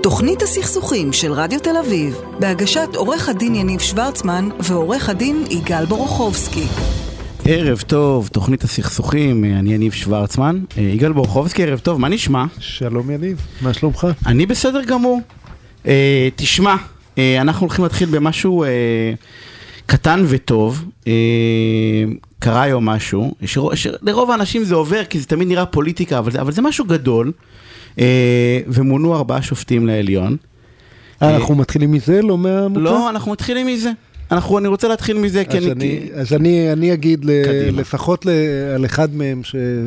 תוכנית הסכסוכים של רדיו תל אביב, בהגשת עורך הדין יניב שוורצמן ועורך הדין יגאל בורוכובסקי. ערב טוב, תוכנית הסכסוכים, אני יניב שוורצמן. יגאל בורוכובסקי, ערב טוב, מה נשמע? שלום יניב, מה שלומך? אני בסדר גמור. תשמע, אנחנו הולכים להתחיל במשהו קטן וטוב. קרה היום משהו, לרוב האנשים זה עובר, כי זה תמיד נראה פוליטיקה, אבל זה משהו גדול. ומונו 4 שופטים לעליון. אנחנו מתחילים מזה, לא מהעמותה? לא, אנחנו מתחילים מזה. אני רוצה להתחיל מזה. אז אני אגיד לפחות על אחד מהם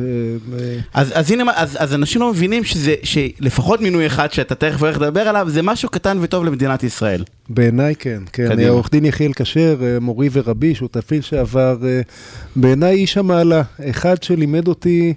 אז אנשים לא מבינים שלפחות מינוי אחד שאתה תכף הולך לדבר עליו, זה משהו קטן וטוב למדינת ישראל. בעיניי כן. עורך דין יחיאל כשר, מורי ורבי, שותפי שעבר, בעיניי איש המעלה, אחד שלימד אותי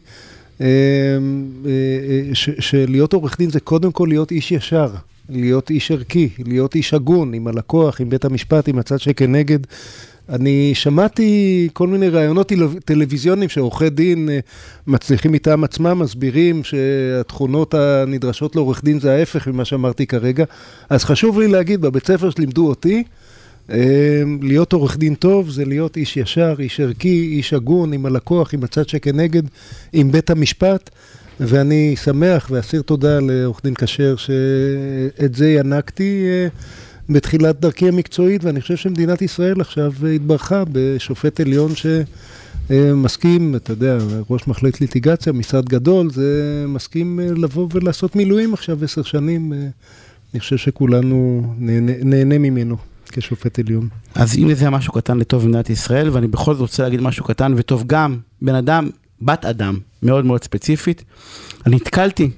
שלהיות עורך דין זה קודם כל להיות איש ישר, להיות איש ערכי, להיות איש הגון עם הלקוח, עם בית המשפט, עם הצד שכנגד. אני שמעתי כל מיני רעיונות טלוויזיונים שעורכי דין מצליחים איתם עצמם, מסבירים שהתכונות הנדרשות לעורך דין זה ההפך ממה שאמרתי כרגע. אז חשוב לי להגיד, בבית ספר שלימדו אותי, להיות עורך דין טוב זה להיות איש ישר, איש ערכי, איש הגון עם הלקוח, עם הצד שכנגד, עם בית המשפט, ואני שמח ואסיר תודה לעורך דין כשר שאת זה ינקתי בתחילת דרכי המקצועית, ואני חושב שמדינת ישראל עכשיו התברכה בשופט עליון שמסכים, אתה יודע, ראש מחלקת ליטיגציה, משרד גדול, זה מסכים לבוא ולעשות מילואים עכשיו 10 שנים, אני חושב שכולנו נהנה ממנו. כשופט עליון. אז הנה זה משהו קטן לטוב במדינת ישראל, ואני בכל זאת רוצה להגיד משהו קטן וטוב גם בן אדם, בת אדם, מאוד מאוד ספציפית. אני התקלתי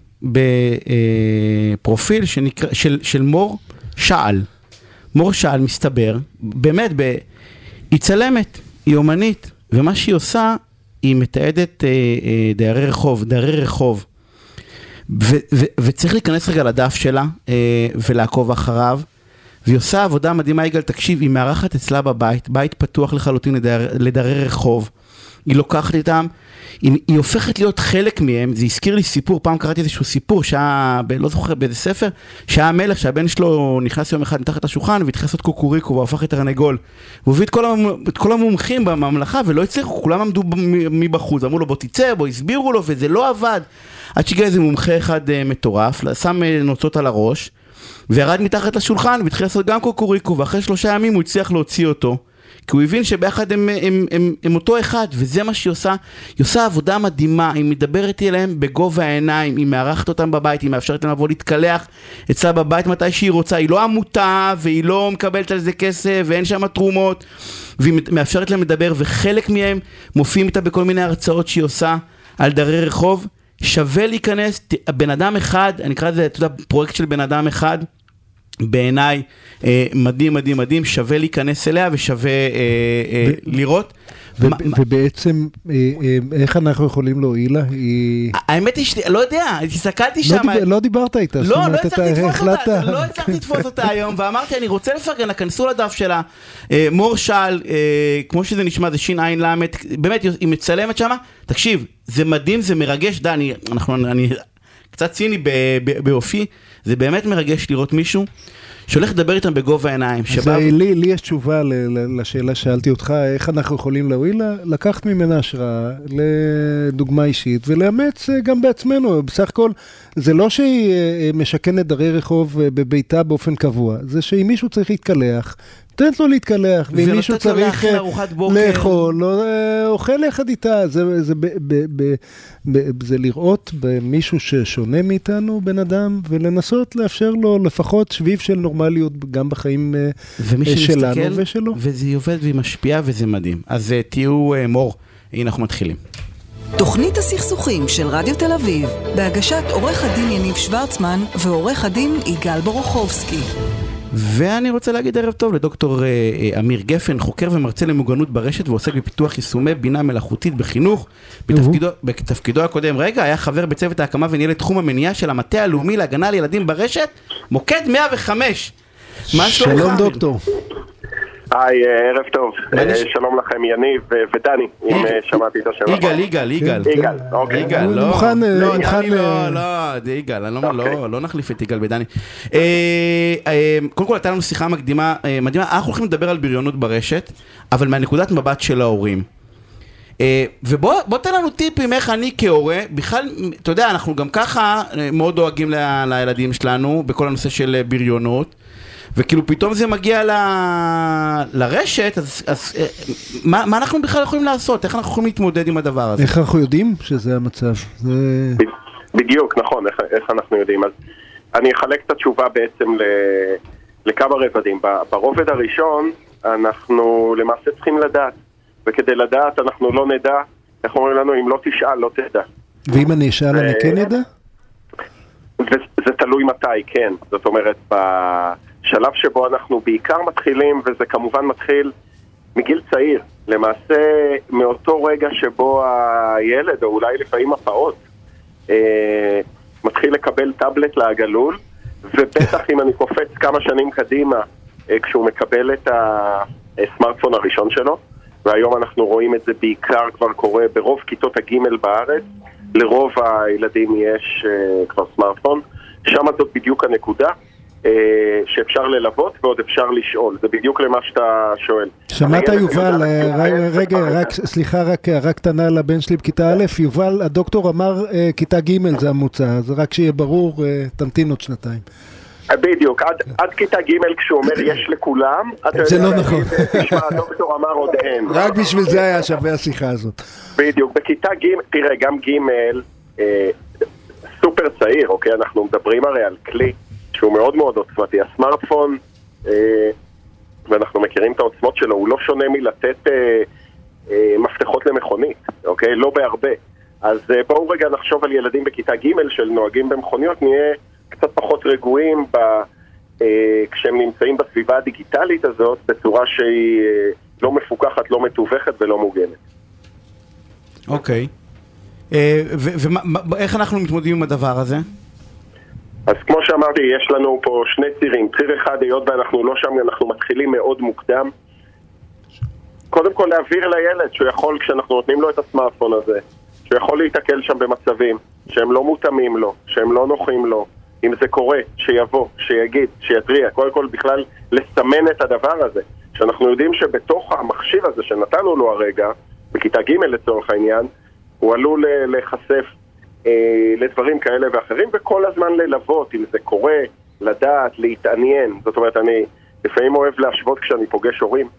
בפרופיל של מור שעל. מור שעל מסתבר, באמת, היא צלמת, היא אומנית, ומה שהיא עושה, היא מתעדת דיירי רחוב. וצריך להיכנס רגע לדף שלה, ולעקוב אחריו, והיא עושה עבודה מדהימה, יגאל, תקשיב, היא מארחת אצלה בבית, בית פתוח לחלוטין לדיירי רחוב, היא לוקחת איתם, היא הופכת להיות חלק מהם, זה הזכיר לי סיפור, פעם קראתי איזשהו סיפור, לא זוכר באיזה ספר, שהיה המלך שהבן שלו נכנס יום אחד מתחת לשולחן, והתחיל לעשות קוקוריקו, והפך את הרנגול, והוא הביא את כל המומחים בממלכה, ולא הצליחו, כולם עמדו מבחוץ, אמרו לו בוא תצא, בוא הסבירו לו, וזה לא עבד, עד שהגיע איזה מומחה אחד מטורף, שם נוצות על הראש, וירד מתחת לשולחן, והתחיל לעשות גם קוקוריקו, ואחרי 3 ימים הוא הצליח להוציא אותו, כי הוא הבין שביחד הם אותו אחד, וזה מה שהיא עושה. היא עושה עבודה מדהימה, היא מדברת אליהם בגובה העיניים, היא מארחת אותם בבית, היא מאפשרת להם לבוא להתקלח אצלה בבית מתי שהיא רוצה, היא לא עמותה, והיא לא מקבלת על זה כסף, ואין שם תרומות, והיא מאפשרת להם לדבר, וחלק מהם מופיעים איתה בכל מיני הרצאות שהיא עושה על דיירי רחוב. שווה להיכנס, בן אדם אחד, אני אקרא לזה, אתה יודע, פרויקט של בן אדם אחד, בעיניי מדהים, שווה להיכנס אליה ושווה לראות. ובעצם, איך אנחנו יכולים להועיל לה? האמת היא, לא יודע, הסתכלתי שם. לא דיברת איתה. לא הצלחתי לתפוס אותה היום, ואמרתי, אני רוצה לפרגן, כנסו לדף שלה, מור שעל, כמו שזה נשמע, זה שין עין למד, באמת, היא מצלמת שם, תקשיב, זה מדהים, זה מרגש, אני קצת ציני באופי, זה באמת מרגש לראות מישהו שהולך לדבר איתם בגובה העיניים. לי יש תשובה לשאלה שאלתי אותך, איך אנחנו יכולים להועיל? לקחת ממנה השראה לדוגמה אישית, ולאמץ גם בעצמנו. בסך הכל, זה לא שהיא משכנת דיירי רחוב בביתה באופן קבוע, זה שאם מישהו צריך להתקלח, תנת לו להתקלח, ואם מישהו צריך לאכול, אוכל יחד איתה, זה לראות במישהו ששונה מאיתנו, בן אדם, ולנסות לאפשר לו לפחות שביב של נורמליות, גם בחיים שלנו ושלו. וזה עובד והיא משפיעה וזה מדהים. אז תהיו מור, הנה אנחנו מתחילים. תוכנית הסכסוכים של רדיו תל אביב, בהגשת עורך הדין יניב שוורצמן ועורך הדין יגאל בורוכובסקי. ואני רוצה להגיד ערב טוב לדוקטור אמיר גפן, חוקר ומרצה למוגנות ברשת ועוסק בפיתוח יישומי בינה מלאכותית בחינוך. בתפקידו הקודם, היה חבר בצוות ההקמה וניהל את תחום המניעה של המטה הלאומי להגנה על ילדים ברשת, מוקד 105. שלום דוקטור. היי, ערב טוב. שלום לכם, יניב ודני, אם שמעתי את השם. יגאל, אוקיי. יגאל, לא. מוכן... יגאל, לא נחליף את יגאל ודני. קודם כל, הייתה לנו שיחה מדהימה, אנחנו הולכים לדבר על בריונות ברשת, אבל מהנקודת מבט של ההורים. ובוא תן לנו טיפים איך אני כהורה, בכלל, אתה יודע, אנחנו גם ככה מאוד דואגים לילדים שלנו, בכל הנושא של בריונות, וכאילו פתאום זה מגיע לרשת, אז מה אנחנו בכלל יכולים לעשות? איך אנחנו יכולים להתמודד עם הדבר הזה? איך אנחנו יודעים שזה המצב? בדיוק, נכון, איך אנחנו יודעים. אז אני אחלק את התשובה בעצם לכמה רבדים. ברובד הראשון, אנחנו למעשה צריכים לדעת, וכדי לדעת אנחנו לא נדע, איך אומרים לנו, אם לא תשאל, לא תדע. ואם אני אשאל, אני כן ידע? זה תלוי מתי, כן. זאת אומרת, בשלב שבו אנחנו בעיקר מתחילים, וזה כמובן מתחיל מגיל צעיר, למעשה מאותו רגע שבו הילד, או אולי לפעמים הפעוט, מתחיל לקבל טאבלט לעגלול, ובטח אם אני קופץ כמה שנים קדימה, כשהוא מקבל את הסמארטפון הראשון שלו, והיום אנחנו רואים את זה בעיקר כבר קורה ברוב כיתות הג' בארץ, לרוב הילדים יש כבר סמארטפון, שם זאת בדיוק הנקודה שאפשר ללוות ועוד אפשר לשאול, זה בדיוק למה שאתה שואל. שמעת יובל, רגע, סליחה, רק קטנה לבן שלי בכיתה א', יובל, הדוקטור אמר כיתה ג' זה המוצא, אז רק שיהיה ברור, תמתין עוד שנתיים. בדיוק, עד כיתה ג' כשהוא אומר יש לכולם, זה לא נכון. תשמע, הדוקטור אמר עוד אין. רק בשביל זה היה שווה השיחה הזאת. בדיוק, בכיתה ג', תראה, גם ג' סופר צעיר, אוקיי? אנחנו מדברים הרי על כלי שהוא מאוד מאוד עוצמתי. הסמארטפון, ואנחנו מכירים את העוצמות שלו, הוא לא שונה מלתת מפתחות למכונית, אוקיי? לא בהרבה. אז בואו רגע נחשוב על ילדים בכיתה ג' של נוהגים במכוניות, נהיה קצת פחות רגועים כשהם נמצאים בסביבה הדיגיטלית הזאת, בצורה שהיא לא מפוקחת, לא מתווכת ולא מוגנת. אוקיי. ואיך אנחנו מתמודדים עם הדבר הזה? אז כמו שאמרתי, יש לנו פה שני צירים. ציר אחד, היות ואנחנו לא שם, אנחנו מתחילים מאוד מוקדם. קודם כל להעביר לילד שהוא יכול, כשאנחנו נותנים לו את הסמארטפון הזה, שהוא יכול להתקל שם במצבים שהם לא מותאמים לו, שהם לא נוחים לו. אם זה קורה, שיבוא, שיגיד, שיתריע, קודם כל בכלל לסמן את הדבר הזה. שאנחנו יודעים שבתוך המכשיר הזה שנתנו לו הרגע, בכיתה ג' לצורך העניין, הוא עלול להיחשף לדברים כאלה ואחרים, וכל הזמן ללוות, אם זה קורה, לדעת, להתעניין. זאת אומרת, אני לפעמים אוהב להשוות כשאני פוגש הורים,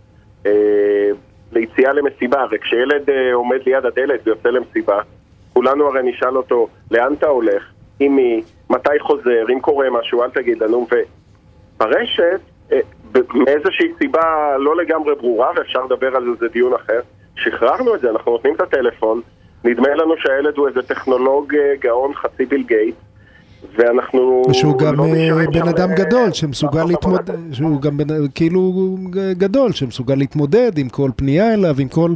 ליציאה למסיבה, וכשילד עומד ליד הדלת ויוצא למסיבה, כולנו הרי נשאל אותו, לאן אתה הולך? עם מי? מתי חוזר? אם קורה משהו, אל תגיד לנו. וברשת, מאיזושהי סיבה לא לגמרי ברורה, ואפשר לדבר על זה דיון אחר, שחררנו את זה, אנחנו נותנים את הטלפון, נדמה לנו שהילד הוא איזה טכנולוג גאון חצי ביל גייט, ואנחנו... ושהוא גם בן אדם גדול, שמסוגל להתמודד, שהוא גם כאילו גדול, שמסוגל להתמודד עם כל פנייה אליו, עם כל...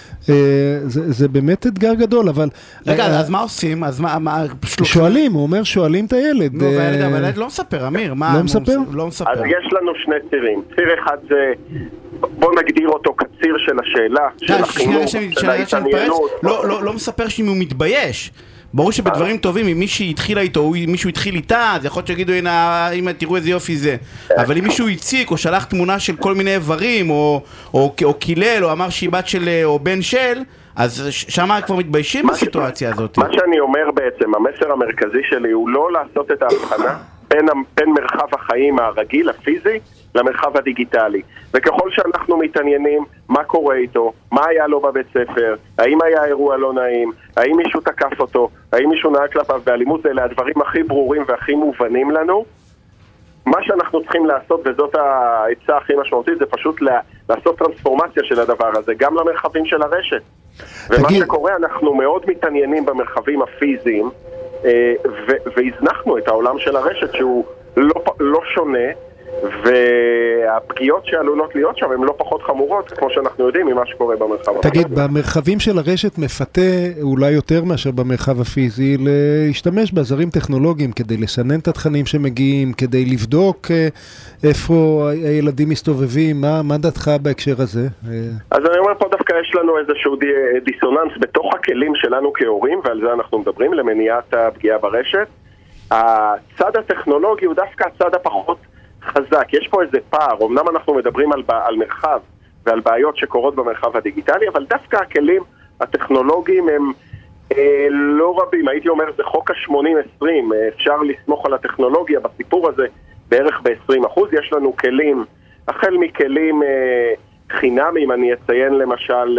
זה באמת אתגר גדול, אבל... רגע, אז מה עושים? שואלים, הוא אומר, שואלים את הילד. נו, והילד לא מספר, אמיר, מה? לא מספר? לא מספר. אז יש לנו שני צירים. ציר אחד זה, בוא נגדיר אותו כציר של השאלה, של החינוך, של ההתעניינות. לא מספר שאם הוא מתבייש. ברור שבדברים טובים, אם מישהו התחילה איתו, או מישהו התחיל איתה, אז יכול שתגידו, הנה, תראו איזה יופי זה. אבל אם מישהו הציק, או שלח תמונה של כל מיני איברים, או קילל, או אמר שהיא בת של, או בן של, אז שמה כבר מתביישים בסיטואציה הזאת. מה שאני אומר בעצם, המסר המרכזי שלי, הוא לא לעשות את ההבחנה בין מרחב החיים הרגיל, הפיזי, למרחב הדיגיטלי. וככל שאנחנו מתעניינים מה קורה איתו, מה היה לו בבית ספר, האם היה אירוע לא נעים, האם מישהו תקף אותו, האם מישהו נהג כלפיו באלימות, אלה הדברים הכי ברורים והכי מובנים לנו. מה שאנחנו צריכים לעשות, וזאת העצה הכי משמעותית, זה פשוט לעשות טרנספורמציה של הדבר הזה, גם למרחבים של הרשת. ומה שקורה, אנחנו מאוד מתעניינים במרחבים הפיזיים, והזנחנו את העולם של הרשת שהוא לא שונה, והפגיעות שעלולות להיות שם הן לא פחות חמורות, כמו שאנחנו יודעים ממה שקורה במרחב. תגיד, במרחבים של הרשת מפתה אולי יותר מאשר במרחב הפיזי להשתמש בעזרים טכנולוגיים כדי לסנן את התכנים שמגיעים, כדי לבדוק איפה הילדים מסתובבים, מה דעתך בהקשר הזה? אז אני אומר פה דווקא יש לנו איזשהו דיסוננס בתוך הכלים שלנו כהורים, ועל זה אנחנו מדברים, למניעת הפגיעה ברשת. הצד הטכנולוגי הוא דווקא הצד הפחות חזק. יש פה איזה פער, אמנם אנחנו מדברים על מרחב ועל בעיות שקורות במרחב הדיגיטלי, אבל דווקא הכלים הטכנולוגיים הם לא רבים. הייתי אומר, זה חוק ה-80-20, אפשר לסמוך על הטכנולוגיה בסיפור הזה בערך ב-20%. יש לנו כלים, החל מכלים חינמים, אני אציין למשל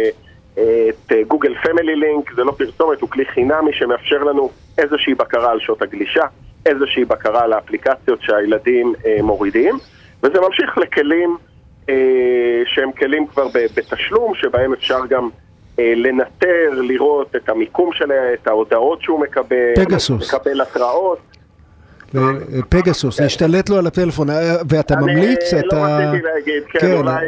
את גוגל פמילי לינק, זה לא פרסומת, הוא כלי חינמי שמאפשר לנו איזושהי בקרה על שעות הגלישה, איזושהי בקרה על האפליקציות שהילדים מורידים, וזה ממשיך לכלים שהם כלים כבר בתשלום, שבהם אפשר גם לנטר, לראות את המיקום שלהם, את ההודעות שהוא מקבל, מקבל התראות. פגסוס, להשתלט לו על הטלפון, ואתה ממליץ, אני לא רציתי להגיד, כן, אולי...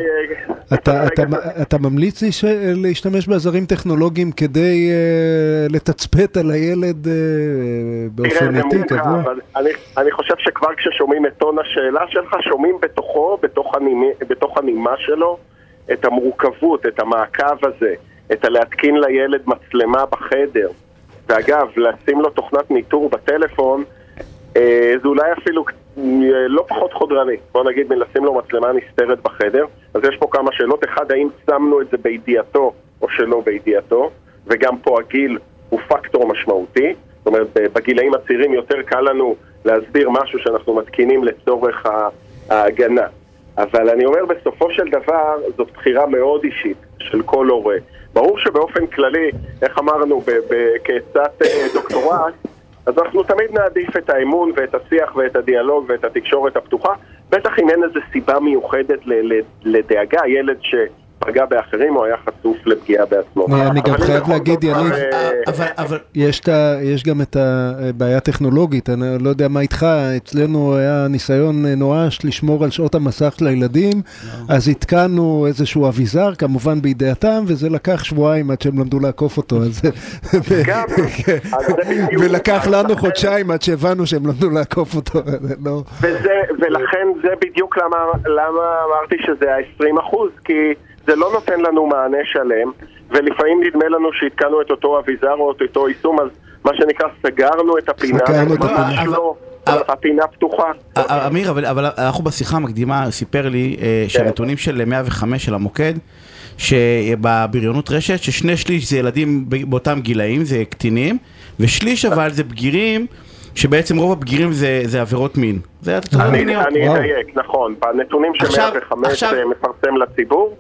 אתה ממליץ להשתמש בעזרים טכנולוגיים כדי לתצפת על הילד באופן איטי, קבוע? אני חושב שכבר כששומעים את טון השאלה שלך, שומעים בתוכו, בתוך הנימה שלו, את המורכבות, את המעקב הזה, את להתקין לילד מצלמה בחדר, ואגב, לשים לו תוכנת ניטור בטלפון, זה אולי אפילו לא פחות חודרני, בוא נגיד מלשים לו מצלמה נסתרת בחדר. אז יש פה כמה שאלות, אחד, האם שמנו את זה בידיעתו או שלא בידיעתו, וגם פה הגיל הוא פקטור משמעותי, זאת אומרת בגילאים הצעירים יותר קל לנו להסביר משהו שאנחנו מתקינים לצורך ההגנה, אבל אני אומר בסופו של דבר זאת בחירה מאוד אישית של כל הורה. ברור שבאופן כללי, איך אמרנו כעצת דוקטורט, אז אנחנו תמיד נעדיף את האמון ואת השיח ואת הדיאלוג ואת התקשורת הפתוחה, בטח אם אין איזו סיבה מיוחדת לדאגה, ילד שפגע באחרים או היה חשוף לפגיעה בעצמו. אני גם חייב להגיד, יניב, יש גם את הבעיה הטכנולוגית, אני לא יודע מה איתך, אצלנו היה ניסיון נואש לשמור על שעות המסך של הילדים, אז התקנו איזשהו אביזר, כמובן בידיעתם, וזה לקח שבועיים עד שהם למדו לעקוף אותו, ולקח לנו חודשיים עד שהבנו שהם למדו לעקוף אותו. ולכן זה בדיוק למה אמרתי שזה ה-20%, כי זה לא נותן לנו מענה שלם, ולפעמים נדמה לנו שהתקנו את אותו אביזר או את אותו יישום, אז מה שנקרא סגרנו את הפינה, הפינה פתוחה. אמיר, אבל אנחנו בשיחה המקדימה סיפר לי שהנתונים של 105 של המוקד, שבבריונות רשת, ששני שליש זה ילדים באותם גילאים, זה קטינים, ושליש אבל זה בגירים, שבעצם רוב הבגירים זה עבירות מין. אני אדייק, נכון. בנתונים של 105 מפרסם לציבור,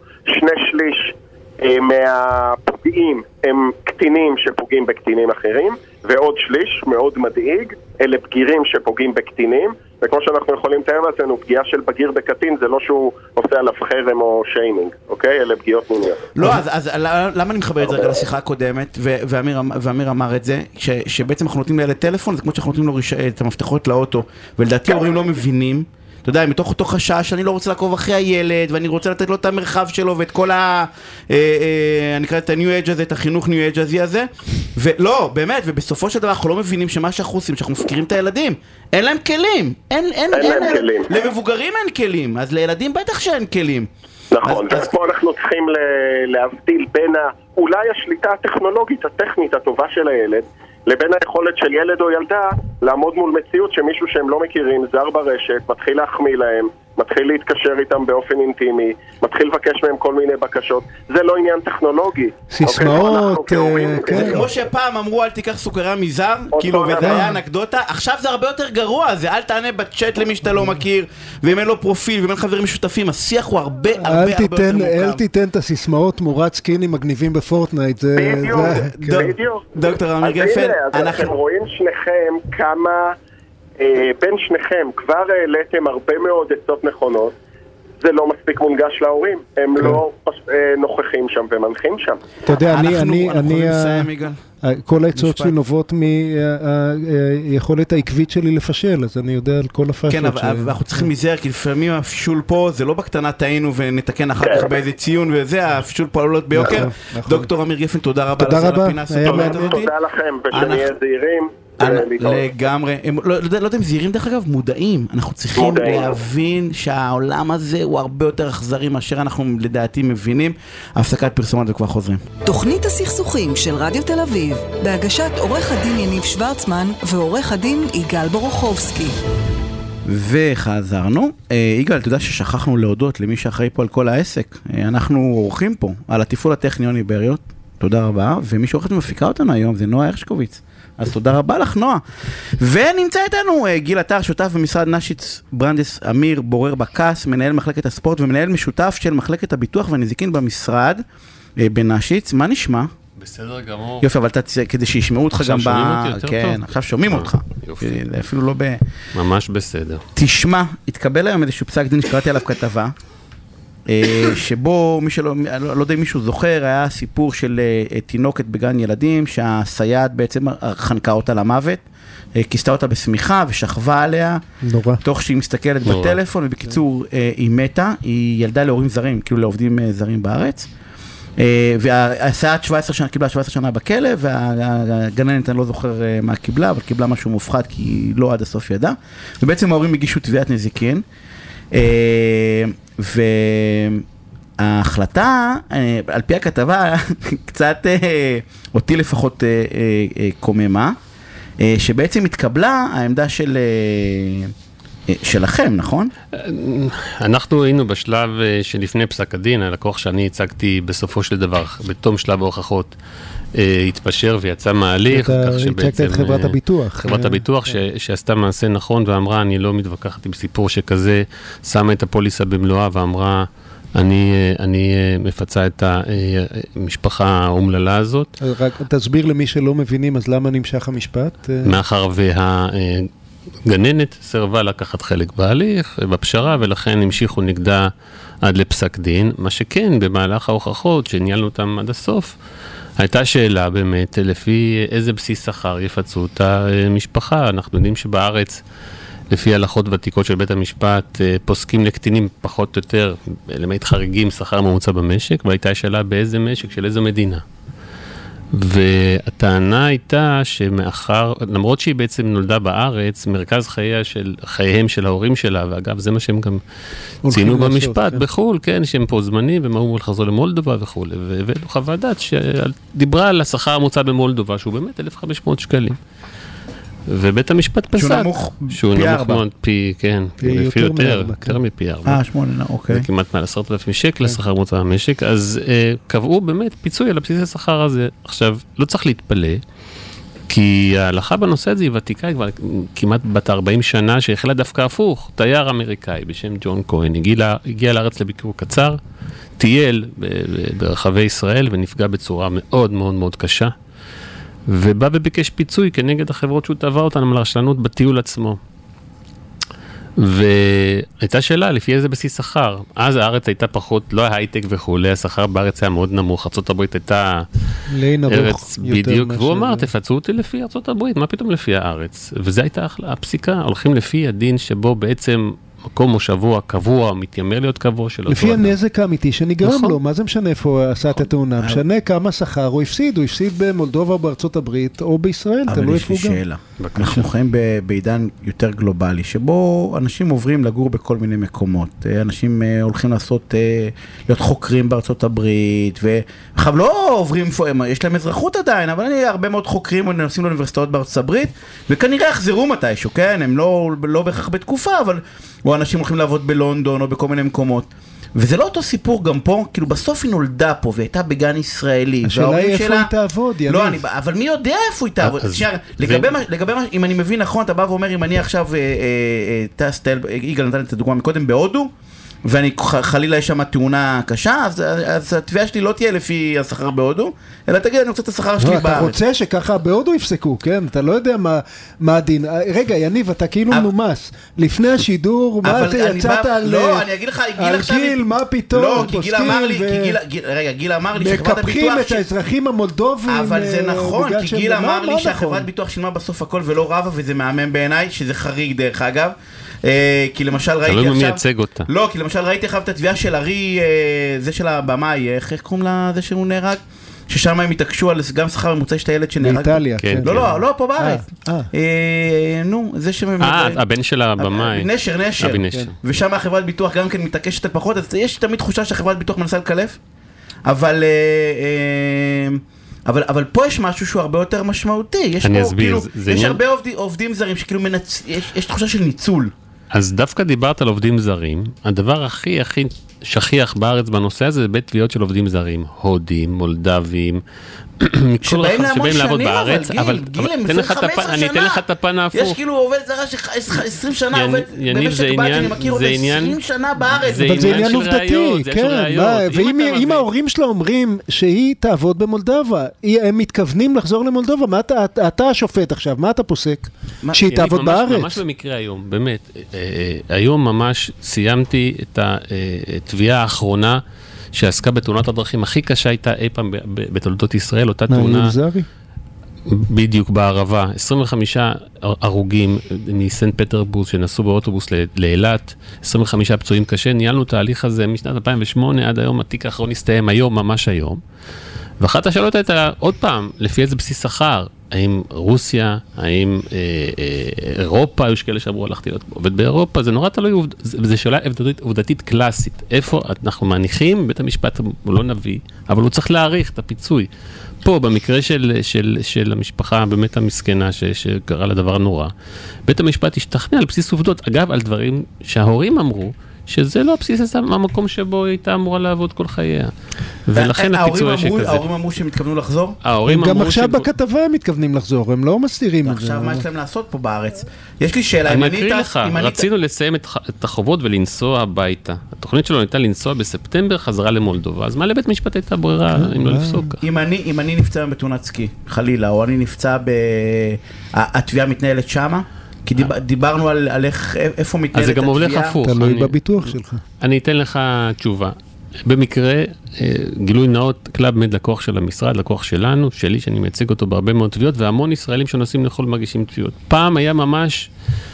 2/3 מהפוגעים הם קטינים שפוגעים בקטינים אחרים, ועוד שליש, מאוד מדאיג, אלה בגירים שפוגעים בקטינים, וכמו שאנחנו יכולים לתאר לעצמנו, פגיעה של בגיר בקטין זה לא שהוא עושה עליו חרם או שיימינג, אוקיי? אלה פגיעות מיניות. לא, אז למה אני מחבר את זה רגע לשיחה הקודמת, ואמיר אמר את זה, שבעצם אנחנו נותנים לילד טלפון, זה כמו שאנחנו נותנים לו את המפתחות לאוטו, ולדעתי ההורים לא מבינים, אתה יודע, מתוך אותו חשש שאני לא רוצה לעקוב אחרי הילד, ואני רוצה לתת לו את המרחב שלו, ואת כל אני קרא את ה-New Age הזה, את החינוך New Age הזה, ולא, באמת, ובסופו של דבר אנחנו לא מבינים שמה שאנחנו עושים, שאנחנו מפקירים את הילדים, אין להם כלים, אין להם כלים. למבוגרים אין כלים, אז לילדים בטח שאין כלים. נכון, אז פה אנחנו צריכים להבדיל בין אולי השליטה הטכנולוגית, הטכנית הטובה של הילד, לבין היכולת של ילד או ילדה לעמוד מול מציאות שמישהו שהם לא מכירים, זר ברשת, מתחיל להחמיא להם, מתחיל להתקשר איתם באופן אינטימי, מתחיל לבקש מהם כל מיני בקשות. זה לא עניין טכנולוגי. סיסמאות, זה כמו שפעם אמרו אל תיקח סוכריה מזר, כאילו, וזה היה אנקדוטה, עכשיו זה הרבה יותר גרוע, זה אל תענה בצ'אט למי שאתה לא מכיר, ואם אין לו פרופיל, ואם אין חברים משותפים, השיח הוא הרבה יותר מורכב. אל תיתן את הסיסמאות תמורת סקינים מגניבים בפורטנייט. בדיוק. דוקטור אמיר גפן, אתם רואים שניכם כמה בין שניכם כבר העליתם הרבה מאוד עצות נכונות, זה לא מספיק מונגש להורים, הם לא נוכחים שם ומנחים שם. אתה יודע, אנחנו יכולים לסיים, יגאל. כל העצות שלי נובעות מיכולת העקבית שלי לפשל, אז אני יודע על כל הפשלות. כן, אבל אנחנו צריכים להיזהר, כי לפעמים הפישול פה, זה לא בקטנה טעינו ונתקן אחר כך באיזה ציון וזה, הפישול פה עולות ביוקר. דוקטור אמיר גפן, תודה רבה. תודה רבה. תודה לכם, ושנהיה זהירים. לגמרי, לא יודע אם זהירים דרך אגב, מודעים, אנחנו צריכים להבין שהעולם הזה הוא הרבה יותר אכזרי מאשר אנחנו לדעתי מבינים. הפסקת פרסומות וכבר חוזרים. תוכנית הסכסוכים של רדיו תל אביב, בהגשת עורך הדין יניב שוורצמן ועורך הדין יגאל בורוכובסקי. וחזרנו. יגאל, אתה יודע ששכחנו להודות למי שאחראי פה על כל העסק. אנחנו עורכים פה על התפעול הטכני יוני בריות, תודה רבה, ומי שעורכת ומפיקה אותנו היום זה נועה הרשקוביץ. אז תודה רבה לך, נועה. ונמצא איתנו גיל עטר, שותף במשרד נשיץ ברנדס אמיר בורר בקס, מנהל מחלקת הספורט ומנהל משותף של מחלקת הביטוח והנזיקין במשרד בנשיץ. מה נשמע? בסדר גמור. יופי, אבל כדי שישמעו אותך גם עכשיו שומעים אותי יותר טוב? כן, עכשיו שומעים אותך. יופי. אפילו לא ממש בסדר. תשמע, התקבל היום איזשהו פסק דין שקראתי עליו כתבה, שבו, לא יודע אם מישהו זוכר, היה סיפור של תינוקת בגן ילדים, שהסייעת בעצם חנקה אותה למוות, כיסתה אותה בסמיכה ושכבה עליה, נורא. תוך שהיא מסתכלת בטלפון, ובקיצור היא מתה, היא ילדה להורים זרים, כאילו לעובדים זרים בארץ, והסייעת 17 שנה, קיבלה 17 שנה בכלא, והגננת אני לא זוכר מה קיבלה, אבל קיבלה משהו מופחד, כי היא לא עד הסוף ידעה, ובעצם ההורים הגישו תביעת נזיקין, וההחלטה, על פי הכתבה, קצת אותי לפחות קוממה, שבעצם התקבלה העמדה שלכם, נכון? אנחנו היינו בשלב שלפני פסק הדין, הלקוח שאני הצגתי בסופו של דבר, בתום שלב ההוכחות, התפשר ויצא מהליך. הצגת את חברת הביטוח. חברת הביטוח שעשתה מעשה נכון ואמרה, אני לא מתווכחת עם סיפור שכזה, שמה את הפוליסה במלואה ואמרה, אני מפצה את המשפחה האומללה הזאת. רק תסביר למי שלא מבינים, אז למה נמשך המשפט? מאחר גננת סרבה לקחת חלק בהליך, בפשרה, ולכן המשיכו נגדה עד לפסק דין. מה שכן, במהלך ההוכחות, שניהלנו אותם עד הסוף, הייתה שאלה באמת, לפי איזה בסיס שכר יפצו אותה משפחה. אנחנו יודעים שבארץ, לפי הלכות ותיקות של בית המשפט, פוסקים לקטינים פחות או יותר, למעט חריגים, שכר ממוצע במשק, והייתה שאלה באיזה משק, של איזו מדינה. והטענה הייתה שמאחר, למרות שהיא בעצם נולדה בארץ, מרכז חייהם של ההורים שלה, ואגב זה מה שהם גם ציינו במשפט בחול, כן, שהם פה זמנים, והם אמרו לחזור למולדובה וכו', והבאנו חוות דעת שדיברה על השכר הממוצע במולדובה, שהוא באמת 1,500 שקלים. ובית המשפט פסק. שהוא נמוך מאוד פי, כן, לפי יותר מפי 4. 8, אוקיי. זה כמעט מעל 10,000 שקל לשכר מוצא במשק, אז קבעו באמת פיצוי על הבסיס השכר הזה. עכשיו, לא צריך להתפלא, כי ההלכה בנושא הזה היא ותיקה, כבר כמעט בת 40 שנה, שהחלה דווקא הפוך. תייר אמריקאי בשם ג'ון כהן, הגיע לארץ לביקור קצר, טייל ברחבי ישראל ונפגע בצורה מאוד מאוד מאוד קשה. ובא וביקש פיצוי כנגד החברות שהוא תבע אותנו על הרשלנות בטיול עצמו. והייתה שאלה, לפי איזה בסיס שכר? אז הארץ הייתה פחות, לא הייטק וכו', השכר בארץ היה מאוד נמוך, ארצות הברית הייתה ארץ בדיוק, והוא אמר, תפצו אותי לפי ארצות הברית, מה פתאום לפי הארץ? וזו הייתה הפסיקה, הולכים לפי הדין שבו בעצם מקום או שבוע קבוע, מתיימר להיות קבוע של אותו לפי הנזק האמיתי שנגרם לו, מה זה משנה איפה עשה את התאונה? משנה כמה שכר הוא הפסיד במולדובה, בארצות הברית או בישראל, אבל יש לי שאלה. אנחנו חיים בעידן יותר גלובלי, שבו אנשים עוברים לגור בכל מיני מקומות. אנשים הולכים להיות חוקרים בארצות הברית, ועכשיו לא עוברים, יש להם אזרחות עדיין, אבל הרבה מאוד חוקרים נוסעים לאוניברסיטאות בארצות הברית, וכנראה יחזרו מתישהו, כן? הם לא בהכרח בתקופה, אבל או אנשים הולכים לעבוד בלונדון או בכל מיני מקומות. וזה לא אותו סיפור גם פה, כאילו בסוף היא נולדה פה והייתה בגן ישראלי. השאלה היא איפה היא תעבוד, יניב. לא, אבל מי יודע איפה היא תעבוד? לגבי מה, אם אני מבין נכון, אתה בא ואומר, אם אני עכשיו יגאל נתן את הדוגמה מקודם בהודו, ואני חלילה יש שם תאונה קשה, אז התביעה שלי לא תהיה לפי השכר בהודו, אלא תגיד, אני רוצה את השכר שלי בארץ. אתה רוצה שככה בהודו יפסקו, כן? אתה לא יודע מה הדין. רגע, יניב, אתה כאילו מנומס. לפני השידור, מה אתה יצאת על... לא, אני אגיד לך, על גיל, מה פתאום? לא, כי גיל אמר לי, רגע, גיל אמר לי שחברת הביטוח... מקפחים את האזרחים המולדובים... אבל זה נכון, כי גיל אמר לי שהחברת ביטוח שילמה בסוף הכל ולא רבה, וזה מהמם בעיניי, שזה חריג דרך אגב. כי למשל ראיתי עכשיו... אתה לא מייצג אותה. לא, כי למשל ראיתי עכשיו את התביעה של ארי, זה של הבמאי, איך קוראים לה זה שהוא נהרג? ששם הם התעקשו על גם שכר ממוצע של הילד שנהרג. באיטליה, כן. לא, פה בארץ. נו, זה הבן של הבמאי. נשר. ושם החברת ביטוח גם כן מתעקשת על פחות, אז יש תמיד תחושה שהחברת ביטוח מנסה לקלף, אבל פה יש משהו שהוא הרבה יותר משמעותי. אני אסביר. יש הרבה עובדים זרים שכאילו יש תחושה של ניצול. אז דווקא דיברת על עובדים זרים, הדבר הכי שכיח בארץ בנושא הזה זה בית תביעות של עובדים זרים, הודים, מולדבים, שבאים להמון שנים, אבל גיל, הם לפני 15 שנה. אני אתן לך את הפן ההפוך. יש כאילו עובד זרה ש20 שנה עובד במשק בית, שאני מכיר אותו 20 שנה בארץ. אבל זה עניין עובדתי, כן. ואם ההורים שלו אומרים שהיא תעבוד במולדובה, הם מתכוונים לחזור למולדובה, מה אתה השופט עכשיו, מה אתה פוסק? שהיא תעבוד בארץ. ממש במקרה היום, באמת. היום ממש סיימתי את התביעה האחרונה, שעסקה בתאונת הדרכים הכי קשה הייתה אי פעם בתולדות ישראל, אותה תאונה בדיוק בערבה, 25 הרוגים מסנט פטרבורג שנסעו באוטובוס לאילת, 25 פצועים קשה, ניהלנו תהליך הזה משנת 2008 עד היום, התיק האחרון הסתיים היום, ממש היום, ואחת השאלות הייתה עוד פעם, לפי איזה בסיס שכר, האם רוסיה, האם אירופה, יש כאלה שאמרו, הלכתי להיות עובד באירופה, זה נורא תלוי, וזו שאלה עובדתית קלאסית. איפה אנחנו מניחים, בית המשפט הוא לא נביא, אבל הוא צריך להעריך את הפיצוי. פה, במקרה של המשפחה באמת המסכנה, שקרה לדבר נורא, בית המשפט השתכנע על בסיס עובדות, אגב, על דברים שההורים אמרו, שזה לא בסיס המקום שבו הייתה אמורה לעבוד כל חייה. ולכן הפיצוי השכזה. ההורים אמרו שהם מתכוונו לחזור? גם עכשיו בכתבה הם מתכוונים לחזור, הם לא מסתירים את זה. עכשיו מה יש להם לעשות פה בארץ? יש לי שאלה, אני מקריא לך, רצינו לסיים את החובות ולנסוע הביתה. התוכנית שלו הייתה לנסוע בספטמבר, חזרה למולדובה. אז מה לבית משפט הייתה ברירה אם לא לפסוק? אם אני נפצע בתאונת סקי, חלילה, או אני נפצע התביעה מתנהלת שמה, כי דיברנו על איפה מתנהלת התביעה. אז זה גם הולך הפוך. תלוי בביטוח שלך. אני אתן לך תשובה. במקרה, גילוי נאות, קלאב מד לקוח של המשרד, לקוח שלנו, שלי, שאני מייצג אותו בהרבה מאוד תביעות, והמון ישראלים שנוסעים לכל מגישים תביעות. פעם היה ממש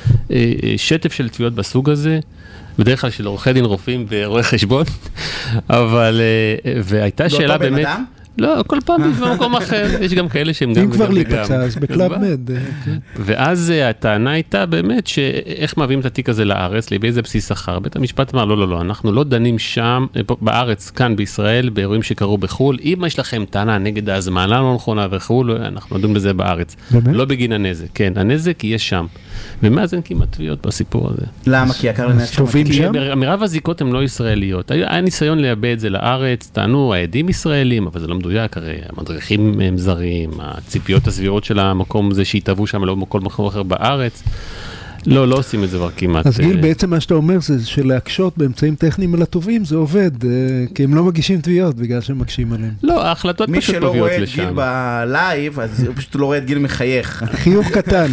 שטף של תביעות בסוג הזה, בדרך כלל של עורכי דין, רופאים ורואי חשבון, אבל, והייתה שאלה באמת... לא, כל פעם במקום אחר, יש גם כאלה שהם גם... אם כבר להיפצע, אז בקלאב מד. ואז הטענה הייתה באמת שאיך מביאים את התיק הזה לארץ, באיזה בסיס שכר. בית המשפט אמר, לא, אנחנו לא דנים שם, בארץ, כאן בישראל, באירועים שקרו בחול, אם יש לכם טענה נגד ההזמנה לא נכונה וכו', אנחנו נדון בזה בארץ. לא בגין הנזק, כן, הנזק יהיה שם. ומאז אין כמעט תביעות בסיפור הזה. למה? כי יקר לנזק שם? מרב הזיקות הן לא ישראליות. היה ניסיון לייבא את זה לארץ, טענו העדים ישראלים, אבל זה לא מדויק, הרי המדריכים הם זרים, הציפיות הסבירות של המקום זה שהתאבו שם לא בכל מקום אחר בארץ. לא עושים את זה כבר כמעט. אז גיל, בעצם מה שאתה אומר זה שלהקשות באמצעים טכניים על הטובים, זה עובד, כי הם לא מגישים תביעות בגלל שהם מקשים עליהם. לא, ההחלטות פשוט מביאות לשם. מי שלא רואה את גיל בלייב, אז הוא פשוט לא רואה את גיל מחייך. חיוך קטן.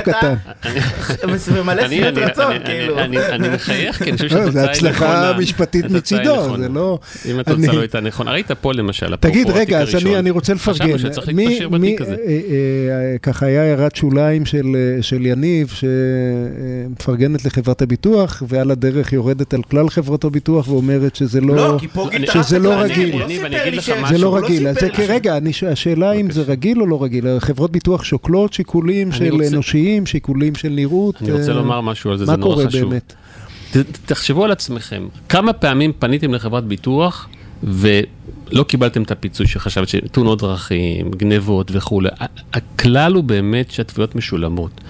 ומלא סביבת רצון, כאילו. אני מחייך, כי אני חושב שהתוצאה היא נכונה. זה הצלחה משפטית מצידו, זה לא... אם התוצאה לא הייתה נכונה. ראית פה למשל, תגיד, רגע, אז אני רוצה לפרגן. חשבנו שצריך להתפשר בתיק הזה. ככה היה הערת שוליים של יניב, מפרגנת לחברת הביטוח, ועל הדרך יורדת על כלל חברות הביטוח, ואומרת שזה לא רגיל. זה לא רגיל. רגע, השאלה אם זה רגיל או לא רגיל. חברות ביטוח שוקלות שיקולים של אנושיים, שיקולים של נראות. אני רוצה לומר משהו על זה, זה נורא חשוב. תחשבו על עצמכם, כמה פעמים פניתם לחברת ביטוח, ולא קיבלתם את הפיצוי שחשבת שתאונות דרכים, גנבות וכו'. הכלל הוא באמת שהתביעות משולמות.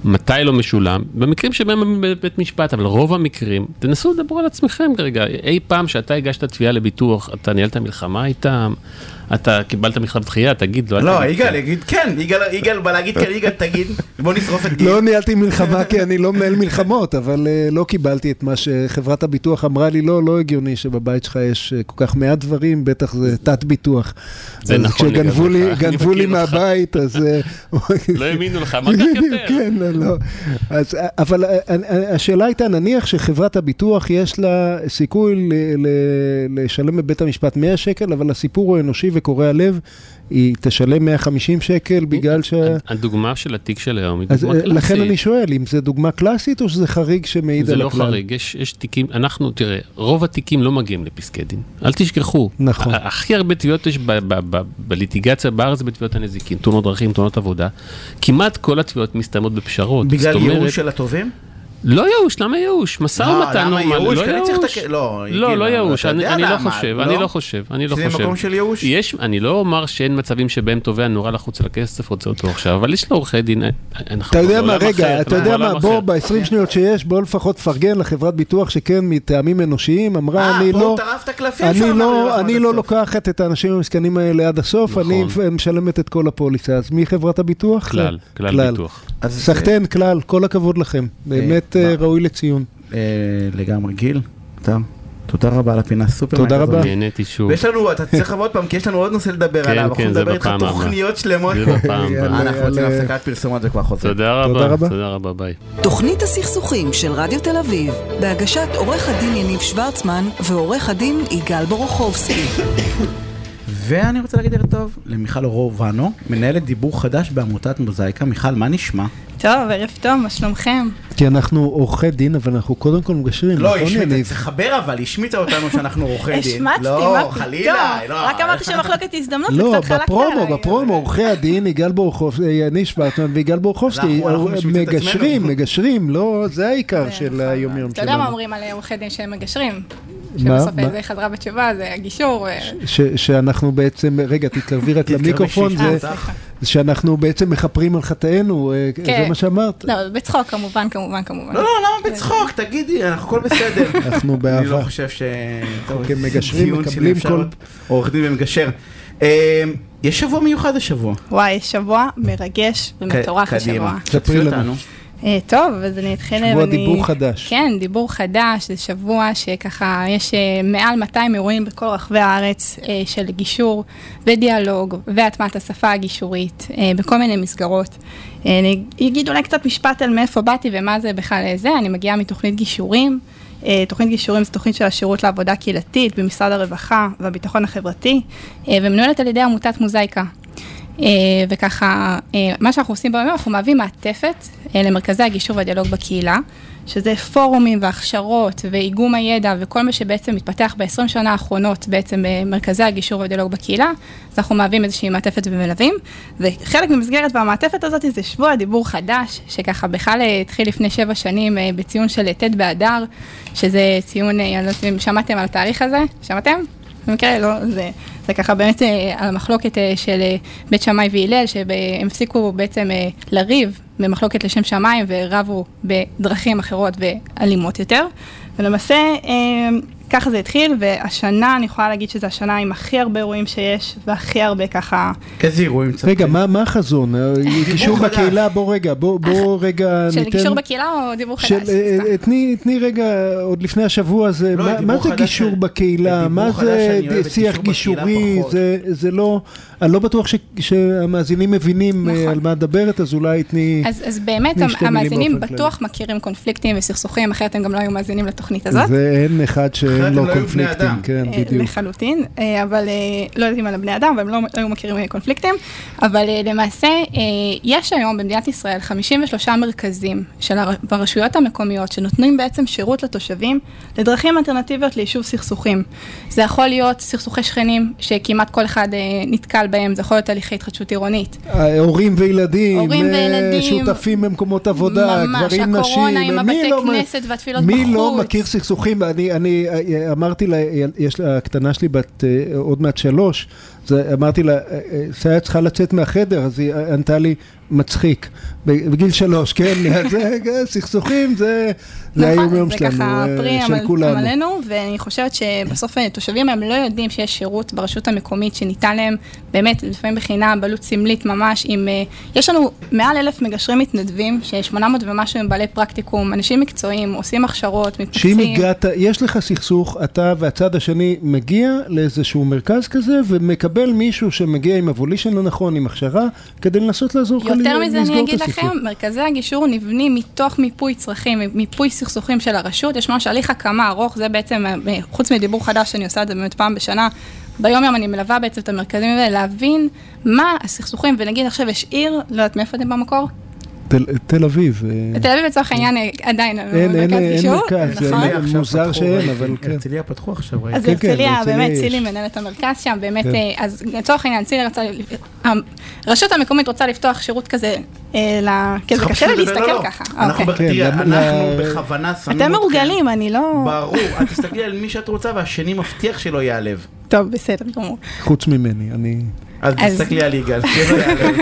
מתי לא משולם, במקרים שבהם בבית משפט, אבל רוב המקרים, תנסו לדבר על עצמכם כרגע, אי פעם שאתה הגשת תביעה לביטוח, אתה ניהלת מלחמה איתם, אתה קיבלת מכתב דחייה, תגיד, לא, יגאל, יגיד כן, יגאל בא להגיד כן, יגאל תגיד, בוא נשרוף את גיל. לא ניהלתי מלחמה כי אני לא מנהל מלחמות, אבל לא קיבלתי את מה שחברת הביטוח אמרה לי, לא הגיוני שבבית שלך יש כל כך מעט דברים, בטח זה תת ביטוח. זה נכון. כשגנבו לי מהבית, אז... לא האמינו לך, מה כך יותר? כן, לא. אבל השאלה הייתה, נניח שחברת הביטוח יש לה סיכוי לשלם בבית המשפט 100 שקל, אבל הסיפור הוא אנושי וקורא הלב, היא תשלם 150 שקל בגלל ש... הדוגמה של התיק של היום היא דוגמה קלאסית. לכן אני שואל, אם זה דוגמה קלאסית או שזה חריג שמעיד על הכלל? זה לא חריג, יש תיקים, אנחנו, תראה, רוב התיקים לא מגיעים לפסקי דין. אל תשכחו. נכון. הכי הרבה תביעות יש בליטיגציה בארץ בתביעות הנזיקין, תאונות דרכים, תאונות עבודה. כמעט כל התביעות מסתיימות בפשרות. בגלל ייאוש של הטובים? לא ייאוש, למה ייאוש? משא ומתן נורמלי, לא ייאוש. לא ייאוש, אני לא חושב. זה מקום של ייאוש? אני לא אומר שאין מצבים שבהם תובע נורא לחוץ לכסף, רוצה אותו עכשיו, אבל יש לו עורכי דין, אתה יודע מה, רגע, אתה יודע מה, בוא ב-20 שניות שיש, בוא לפחות פרגן לחברת ביטוח שכן מטעמים אנושיים, אמרה, אני לא לוקחת את האנשים המסכנים האלה עד הסוף, אני משלמת את כל הפוליסה, אז מי חברת הביטוח? כלל ביטוח. סחטן, כלל, כל הכבוד לכם, באמת ראוי לציון. לגמרי גיל, תודה רבה על הפינה, סופר. תודה רבה. נהניתי שוב. ויש לנו, אתה צריך עוד פעם, כי יש לנו עוד נושא לדבר עליו, אנחנו נדבר איתך תוכניות שלמות. אנחנו רוצים הפסקת פרסומות וכבר חוזר. תודה רבה, ביי. תוכנית הסכסוכים של רדיו תל אביב, בהגשת עורך הדין יניב שוורצמן ועורך הדין יגאל בורוכובסקי. ואני רוצה להגיד ערב טוב למיכל אורובנו, מנהלת דיבור חדש בעמותת מוזאיקה. מיכל, מה נשמע? טוב, ערב טוב, מה שלומכם? כי אנחנו עורכי דין, אבל אנחנו קודם כל מגשרים. לא, זה חבר אבל, השמיטה אותנו שאנחנו עורכי דין. השמצתי, לא, חלילה. רק אמרתי שמחלוקת הזדמנות, זה לא, קצת חלק עליי. בפרומו, עורכי הדין, יגאל בורוכובסקי, יניב שוורצמן ויגאל בורוכובסקי, מגשרים, לא, זה העיקר של היום יום שלנו. אתה יודע מה אומרים על עורכי דין שהם מגשרים? שבסוף זה חזרה בתשובה, זה הגישור. שאנחנו בעצם, רגע, תתקרבי רק למיקרופון, זה שאנחנו בעצם מחפרים על חטאינו, זה מה שאמרת? לא, בצחוק, כמובן. לא, למה בצחוק? תגידי, אנחנו הכל בסדר. אנחנו באהבה. אני לא חושב ש... כמגשרים, מקבלים כל... עורך דין ומגשר. יש שבוע מיוחד השבוע. וואי, יש שבוע מרגש ומטורף השבוע. ספרי לנו. טוב, אז אני אתחיל... שבוע דיבור חדש. כן, דיבור חדש, זה שבוע שככה יש מעל 200 אירועים בכל רחבי הארץ של גישור ודיאלוג והטמעת השפה הגישורית בכל מיני מסגרות. אני אגיד אולי קצת משפט על מאיפה באתי ומה זה בכלל זה, אני מגיעה מתוכנית גישורים. תוכנית גישורים זו תוכנית של השירות לעבודה קהילתית במשרד הרווחה והביטחון החברתי, ומנוהלת על ידי עמותת מוזאיקה. וככה, מה שאנחנו עושים ביום, אנחנו מהווים מעטפת למרכזי הגישור והדיאלוג בקהילה, שזה פורומים והכשרות ואיגום הידע וכל מה שבעצם מתפתח ב-20 שנה האחרונות בעצם במרכזי הגישור והדיאלוג בקהילה, אז אנחנו מהווים איזושהי מעטפת ומלווים, וחלק ממסגרת והמעטפת הזאת זה שבוע דיבור חדש, שככה בכלל התחיל לפני 7 שנים בציון של ט' באדר, שזה ציון, אני לא יודעת אם שמעתם על התאריך הזה, שמעתם? במקרה לא, זה ככה באמת על המחלוקת של בית שמאי והלל, שהם הפסיקו בעצם לריב במחלוקת לשם שמיים ורבו בדרכים אחרות ואלימות יותר. ולמעשה ככה זה התחיל, והשנה אני יכולה להגיד שזו השנה עם הכי הרבה אירועים שיש, והכי הרבה ככה... איזה אירועים צריך? רגע, מה החזון? גישור בקהילה, בוא רגע ניתן... של גישור בקהילה או דיבור חדש? תני רגע, עוד לפני השבוע הזה, מה זה גישור בקהילה? מה זה שיח גישורי? זה לא... אני לא בטוח שהמאזינים מבינים על מה מדברת, אז אולי תני... אז באמת המאזינים בטוח מכירים קונפליקטים וסכסוכים, אחרת הם גם לא היו מאזינים לתוכנית הזאת. ואין אחד שאין לו קונפליקטים, כן, בדיוק. לחלוטין, אבל לא יודעים על הבני אדם, והם לא היו מכירים קונפליקטים, אבל למעשה יש היום במדינת ישראל 53 מרכזים של הרשויות המקומיות, שנותנים בעצם שירות לתושבים, לדרכים אלטרנטיביות ליישוב סכסוכים. זה יכול להיות סכסוכי שכנים, שכמעט כל אחד נתקל בהם, זה יכול להיות הליכי התחדשות עירונית. הורים וילדים, שותפים במקומות עבודה, גברים, נשים. הקורונה עם הבתי כנסת והתפילות בחוץ. מי לא מכיר סכסוכים? אני אמרתי לה, יש לה, הקטנה שלי בת עוד מעט 3, אמרתי לה, סייע צריכה לצאת מהחדר, אז היא ענתה לי, מצחיק. בגיל 3, כן, זה סכסוכים, זה היום שלנו, זה ככה פרי של כולנו. עמלנו, ואני חושבת שבסוף תושבים הם לא יודעים שיש שירות ברשות המקומית שניתן להם, באמת, לפעמים בחינה, בעלות סמלית ממש, יש לנו מעל 1,000 מגשרים מתנדבים, ש800 ומשהו הם בעלי פרקטיקום, אנשים מקצועיים, עושים הכשרות, מתפקצים. שאם הגעת, יש לך סכסוך, אתה והצד השני מגיע לאיזשהו מרכז כזה, ומקבל מישהו שמגיע עם אבולישן לא נכון, עם הכשרה, כדי לנסות לעזור לך לסגור את יותר מזה אני אגיד הסכסוך. לכם, מרכזי הגישור נבנים מתוך מיפוי צרכים, מיפוי סכסוכים של הרשות, יש ממש הליך הקמה ארוך, זה בעצם, חוץ מדיבור חדש שאני עושה את זה באמת פעם בשנה, ביום יום אני מלווה בעצם את המרכזים האלה, להבין מה הסכסוכים, ונגיד עכשיו יש עיר, לא יודעת מאיפה אתם במקור? תל אביב. בתל אביב לצורך העניין עדיין אין מרכז, זה מוזר שאין, אבל כן. הרצליה פתחו עכשיו. אז הרצליה, באמת, צילי מנהל את המרכז שם, באמת, אז לצורך העניין, צילי רצה, הרשות המקומית רוצה לפתוח שירות כזה, כי זה קשה להסתכל ככה. אנחנו בכוונה שמים אתם מרוגלים, אני לא... ברור, את תסתכלי על מי שאת רוצה, והשני מבטיח שלא יעלב. טוב, בסדר, גמור. חוץ ממני, אני... אז תסתכלי על יגאל, שלא יעלב.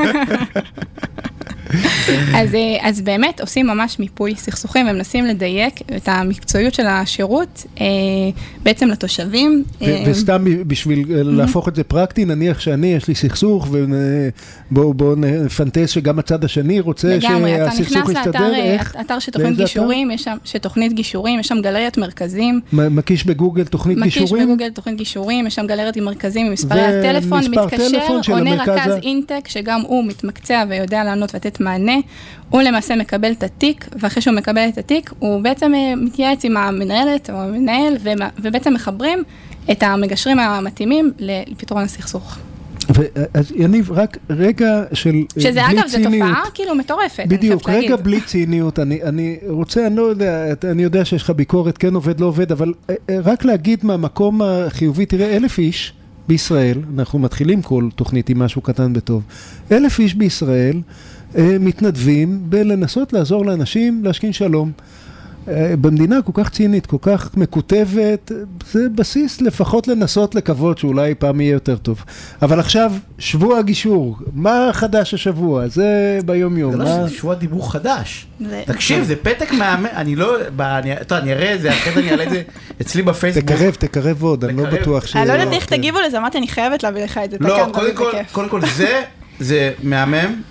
אז באמת עושים ממש מיפוי סכסוכים, ומנסים לדייק את המקצועיות של השירות בעצם לתושבים. וסתם בשביל להפוך את זה פרקטי, נניח שאני, יש לי סכסוך, ובואו נפנטס שגם הצד השני רוצה שהסכסוך יסתדר. איך? אתר שתוכנית גישורים, יש שם גלריית מרכזים. מקיש בגוגל תוכנית גישורים? מקיש בגוגל תוכנית גישורים, יש שם גלריית עם מרכזים, עם מספרי הטלפון, מתקשר, עונה רכז אינטק, שגם הוא מתמקצע ויודע לענות ולתת מענה, הוא למעשה מקבל את התיק, ואחרי שהוא מקבל את התיק, הוא בעצם מתייעץ עם המנהלת או המנהל, ובעצם מחברים את המגשרים המתאימים לפתרון הסכסוך. אז יניב, רק רגע של בלי ציניות. שזה אגב, זו תופעה כאילו מטורפת. בדיוק, רגע בלי ציניות, אני רוצה, אני לא יודע, אני יודע שיש לך ביקורת, כן עובד, לא עובד, אבל רק להגיד מהמקום החיובי, תראה, 1,000 איש בישראל, אנחנו מתחילים כל תוכנית עם משהו קטן בטוב, 1,000 איש בישראל מתנדבים בלנסות לעזור לאנשים להשכין שלום. במדינה כל כך צינית, כל כך מקוטבת, זה בסיס לפחות לנסות לקוות שאולי פעם יהיה יותר טוב. אבל עכשיו, שבוע הגישור, מה חדש השבוע? זה ביום יום. זה לא שבוע דיבור חדש. תקשיב, זה פתק אני לא, אני אראה את זה, אחרי זה אני אעלה את זה אצלי בפייסבוק. תקרב עוד, אני לא בטוח ש... אני לא יודעת איך תגיבו לזה, אמרתי, אני חייבת להביא לך את זה. לא, קודם כל זה מהמם.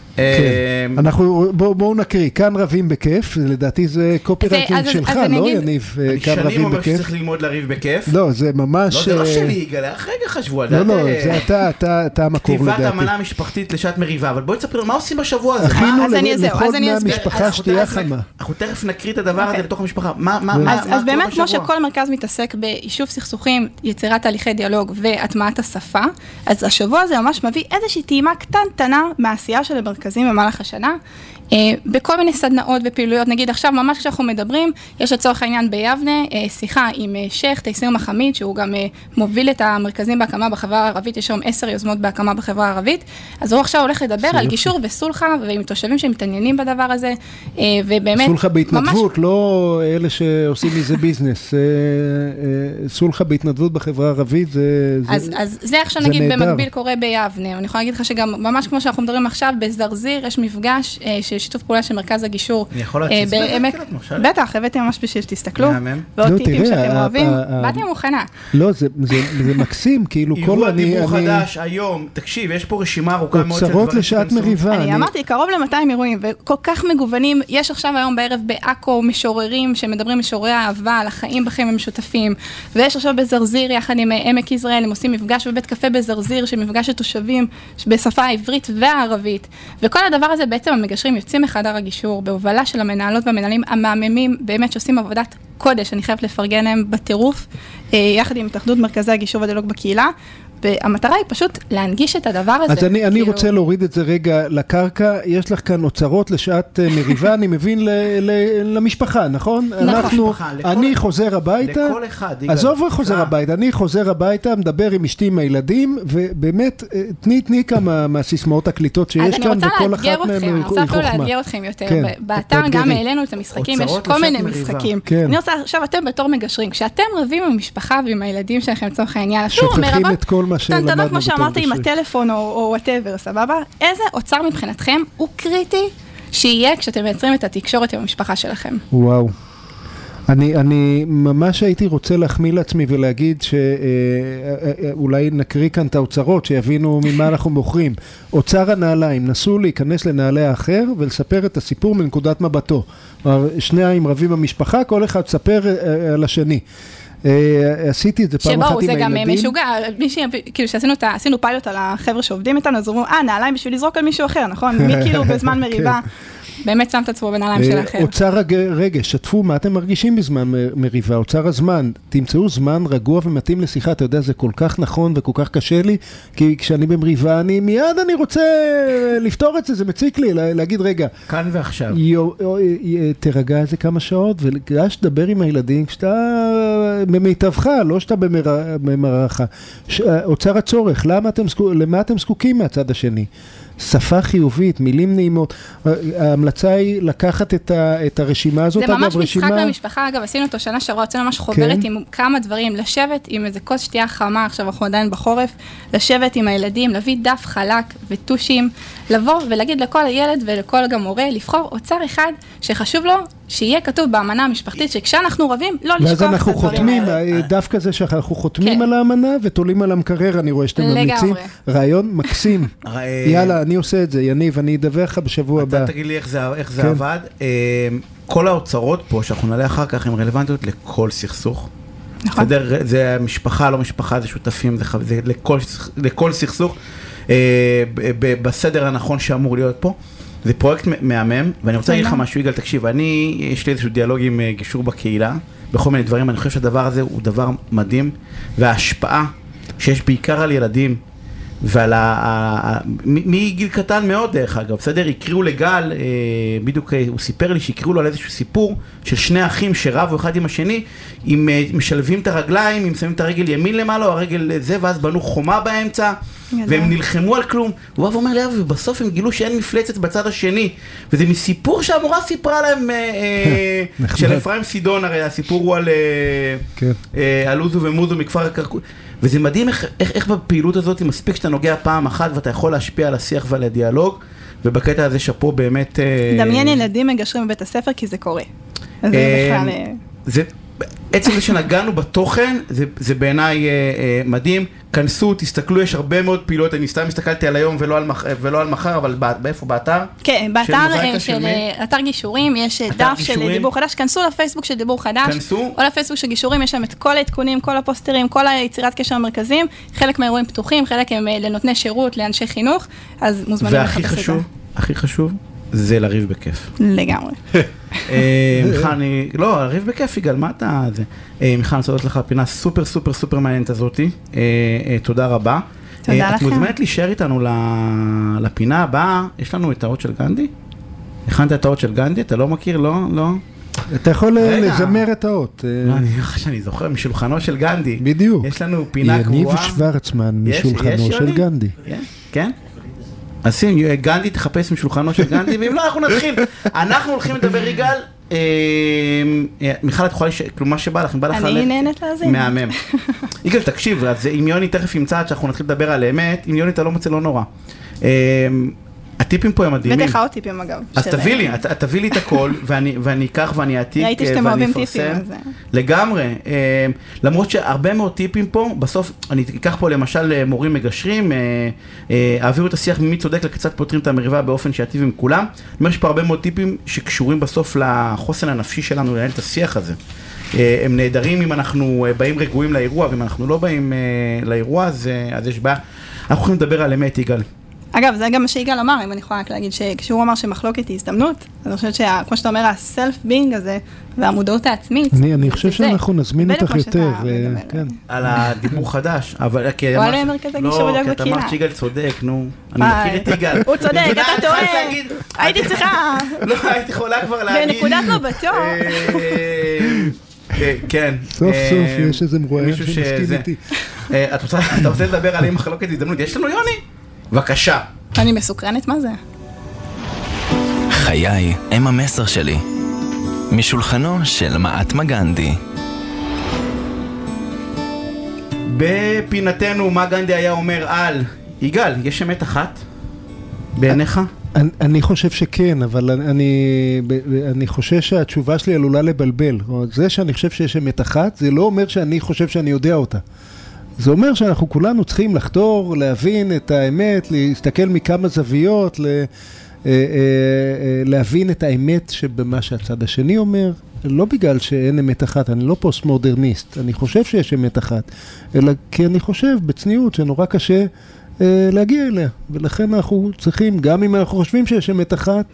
בואו נקריא, כאן רבים בכיף, לדעתי זה קופירייטינג שלך, לא יניב? כאן רבים אומר שצריך ללמוד לריב בכיף. לא, זה ממש... לא, זה לא שלי, יגאל, אחרי רגע חשבו על זה. לא, זה אתה המקור לדעתי. כתיבת אמנה משפחתית לשעת מריבה, אבל בואי תספר, מה עושים בשבוע הזה? לכל מהמשפחה שתהיה חמה. אנחנו תכף נקריא את הדבר הזה לתוך המשפחה. אז באמת, כמו שכל מרכז מתעסק ביישוב סכסוכים, יצירת תהליכי דיאלוג והטמעת השפה, אז השבוע הזה ממש מביא איזושהי טעימה קטנטנה מהעשייה של המרכזים במהלך השנה, בכל מיני סדנאות ופעילויות, נגיד עכשיו ממש כשאנחנו מדברים, יש לצורך העניין ביבנה, שיחה עם שייח תייסיר מחמיד, שהוא גם מוביל את המרכזים בהקמה בחברה הערבית, יש שם 10 יוזמות בהקמה בחברה הערבית, אז הוא עכשיו הולך לדבר על גישור וסולחה, ועם תושבים שמתעניינים בדבר הזה, ובאמת... סולחה בהתנדבות, לא אלה שעושים מזה ביזנס, סולחה בהתנדבות בחברה הערבית, זה אז זה איך שנגיד במקביל קורה ביבנה, אני יכולה להגיד לך שגם ממש כמו שאנחנו מדברים עכשיו, בזרזיר יש מפגש של שיתוף פעולה של מרכז הגישור. אני יכול להציץ בזה? בטח, הבאתי ממש בשביל שתסתכלו. ועוד טיפים שאתם אוהבים. באתי מוכנה. לא, זה מקסים, כאילו כל אני... אירוע דיבור חדש, היום, תקשיב, יש פה רשימה ארוכה מאוד של דברים. אוצרות לשעת מריבה. אני אמרתי, קרוב ל-200 אירועים, וכל כך מגוונים. יש עכשיו היום בערב בעכו משוררים שמדברים משוררי אהבה על החיים בחיים המשותפים. ויש עכשיו בזרזיר, יחד עם עמק יזרעאל, הם עושים מפגש בבית קפה בזרזיר, שמפגש התושבים בשפה העברית והערבית. וכל הדבר הזה בעצם המגשרים יוצאים מחדר הגישור, בהובלה של המנהלות והמנהלים המאממים, באמת שעושים עבודת קודש, אני חייבת לפרגן להם בטירוף, יחד עם התאחדות מרכזי הגישור והדיאלוג בקהילה, והמטרה היא פשוט להנגיש את הדבר הזה. אז אני רוצה להוריד את זה רגע לקרקע, יש לך כאן אוצרות לשעת מריבה, אני מבין למשפחה, נכון? אני חוזר הביתה, לכל אחד, עזוב חוזר הביתה, אני חוזר הביתה, מדבר עם אשתי עם הילדים, ובאמת, תני כמה מהסיסמאות הקליטות שיש כאן, וכל אחת מהם היא חוכמה. אני רוצה אפילו לאתגר אתכם יותר, באתר גם העלינו את המשחקים, יש כל מיני משחקים. אני רוצה, עכשיו אתם בתור מגשרים, כשאתם רבים עם המשפחה ועם הילדים שלכם לצורך העניין, שוכחים את כל מה שלמדנו בתור כמו שאמרתי עם הטלפון או whatever, סבבה? איזה אוצר מבחינתכם הוא קריטי שיהיה כשאתם מייצרים את התקשורת עם המשפחה שלכם? וואו. אני ממש הייתי רוצה להחמיא לעצמי ולהגיד שאולי נקריא כאן את האוצרות, שיבינו ממה אנחנו מוכרים. אוצר הנעליים, נסו להיכנס לנעלי האחר ולספר את הסיפור מנקודת מבטו. שניים רבים במשפחה, כל אחד ספר על השני. עשיתי את זה פעם אחת עם הילדים. שבאו, זה גם משוגע, כאילו שעשינו פיילוט על החבר'ה שעובדים איתנו, אז אמרו, נעליים בשביל לזרוק על מישהו אחר, נכון? מי כאילו בזמן מריבה, באמת שם את עצמו בנעליים של האחר. אוצר הרגש, שתפו מה אתם מרגישים בזמן מריבה, אוצר הזמן, תמצאו זמן רגוע ומתאים לשיחה, אתה יודע, זה כל כך נכון וכל כך קשה לי, כי כשאני במריבה, מיד אני רוצה לפתור את זה, זה מציק לי, להגיד רגע. כאן ועכשיו. תרגע איזה כמה שעות, וגש תדבר עם הילדים, כשאתה במיטבך, לא שאתה במערכה. אוצר הצורך, למה אתם זקוקים מהצד השני? שפה חיובית, מילים נעימות. ההמלצה היא לקחת את הרשימה הזאת. זה ממש משחק למשפחה, אגב, עשינו אותו שנה שעברה, עשינו ממש חוברת עם כמה דברים, לשבת עם איזה כוס שתייה חמה, עכשיו אנחנו עדיין בחורף, לשבת עם הילדים, להביא דף חלק וטושים, לבוא ולהגיד לכל הילד ולכל גם הורה, לבחור אוצר אחד שחשוב לו, שיהיה כתוב באמנה המשפחתית, שכשאנחנו רבים, לא לשכוח את הדברים. ואז אנחנו חותמים, דווקא זה שאנחנו חותמים על האמנה, ותולים על המקרר, אני רואה שאתם ממליצים. רעיון מקסים. יאללה, אני עושה את זה, יניב, אני אדווח לך בשבוע הבא. אתה תגיד לי איך זה עבד. כל האוצרות פה, שאנחנו נעלה אחר כך, הן רלוונטיות לכל סכסוך. נכון. זה משפחה, לא משפחה, זה שותפים, זה לכל סכסוך, בסדר הנכון שאמור להיות פה. זה פרויקט מהמם, ואני רוצה להגיד לך משהו, יגאל, תקשיב, יש לי איזשהו דיאלוג עם גישור בקהילה, בכל מיני דברים, אני חושב שהדבר הזה הוא דבר מדהים, וההשפעה שיש בעיקר על ילדים, ועל מגיל קטן מאוד דרך אגב, בסדר, יקראו לגל, בדיוק הוא סיפר לי שיקראו לו על איזשהו סיפור של שני אחים שרבו אחד עם השני, אם משלבים את הרגליים, אם שמים את הרגל ימין למעלה או הרגל זה, ואז בנו חומה באמצע, והם נלחמו על כלום. הוא בא ואומר לי, ובסוף הם גילו שאין מפלצת בצד השני, וזה מסיפור שהמורה סיפרה להם, של אפרים סידון, הרי הסיפור הוא על עוזו ומוזו מכפר הקרקול, וזה מדהים איך בפעילות הזאת מספיק שאתה נוגע פעם אחת ואתה יכול להשפיע על השיח ועל הדיאלוג, ובקטע הזה שפה באמת... דמיין ילדים מגשרים בבית הספר כי זה קורה. אז זה עצם זה שנגענו בתוכן, זה בעיניי מדהים. כנסו, תסתכלו, יש הרבה מאוד פעילות, אני סתם הסתכלתי על היום ולא על מחר, אבל באיפה? באתר? כן, באתר של אתר גישורים, יש דף של דיבור חדש, כנסו לפייסבוק של דיבור חדש, או לפייסבוק של גישורים, יש שם את כל העדכונים, כל הפוסטרים, כל היצירת קשר המרכזיים, חלק מהאירועים פתוחים, חלק הם לנותני שירות, לאנשי חינוך, אז מוזמנים לחפש את זה. והכי חשוב, זה לריב בכיף. לגמרי. מיכל, לא, לריב בכיף, יגאל, מה אתה... מיכל, אני רוצה לדעת לך פינה סופר סופר סופר מעניינת הזאתי. תודה רבה. תודה לכם. את מוזמנת להישאר איתנו לפינה הבאה. יש לנו את האות של גנדי? הכנת את האות של גנדי? אתה לא מכיר? לא? אתה יכול לזמר את האות. אני זוכר, משולחנו של גנדי. בדיוק. יש לנו פינה קבועה. יניב שוורצמן, משולחנו של גנדי. כן? אז שים, גנדי תחפש משולחנו של גנדי, ואם לא, אנחנו נתחיל. אנחנו הולכים לדבר, יגאל. מיכל, את יכולה, כלומר שבא לך, בא לך... אני נהנת להזין. מהמם. יגאל, תקשיב, אז אם יוני תכף ימצא עד שאנחנו נתחיל לדבר על האמת, אם יוני אתה לא מוצא לא נורא. הטיפים פה הם מדהימים. בטח עוד טיפים אגב. אז תביא לי את הכל, ואני אקח ואני אעתיק ראיתי שאתם אוהבים טיפים. לגמרי. למרות שהרבה מאוד טיפים פה, בסוף אני אקח פה למשל מורים מגשרים, העבירו את השיח ממי צודק לקצת פותרים את המריבה באופן שיטיב עם כולם. אני אומר שיש פה הרבה מאוד טיפים שקשורים בסוף לחוסן הנפשי שלנו לנהל את השיח הזה. הם נהדרים אם אנחנו באים רגועים לאירוע, ואם אנחנו לא באים לאירוע, אז יש בעיה. אנחנו יכולים לדבר על אמת, יגאל. אגב, זה גם מה שיגאל אמר, אם אני יכולה רק להגיד שכשהוא אמר שמחלוקת היא הזדמנות, אז אני חושבת שכמו שאתה אומר, הסלף-בינג הזה, והמודעות העצמית, אני חושב שאנחנו נזמין אותך יותר, על הדיבור חדש, אבל כי אמרת, לא, כי אתה אמרת שיגאל צודק, נו, אני מכיר את יגאל. הוא צודק, אתה טועה, הייתי צריכה, לא, הייתי יכולה כבר להגיד, בנקודת מבטו. כן. סוף סוף יש איזה מרואיין שמסכים איתי. אתה רוצה לדבר על מחלוקת הזדמנות, יש לנו יוני? בבקשה. אני מסוקרנת, מה זה? חיי הם המסר שלי. משולחנו של מעטמה גנדי. בפינתנו, מה גנדי היה אומר על... יגאל, יש אמת אחת בעיניך? אני חושב שכן, אבל אני חושב שהתשובה שלי עלולה לבלבל. זה שאני חושב שיש אמת אחת, זה לא אומר שאני חושב שאני יודע אותה. זה אומר שאנחנו כולנו צריכים לחתור, להבין את האמת, להסתכל מכמה זוויות, להבין את האמת שבמה שהצד השני אומר, לא בגלל שאין אמת אחת, אני לא פוסט-מודרניסט, אני חושב שיש אמת אחת, אלא כי אני חושב בצניעות שנורא קשה להגיע אליה, ולכן אנחנו צריכים, גם אם אנחנו חושבים שיש אמת אחת,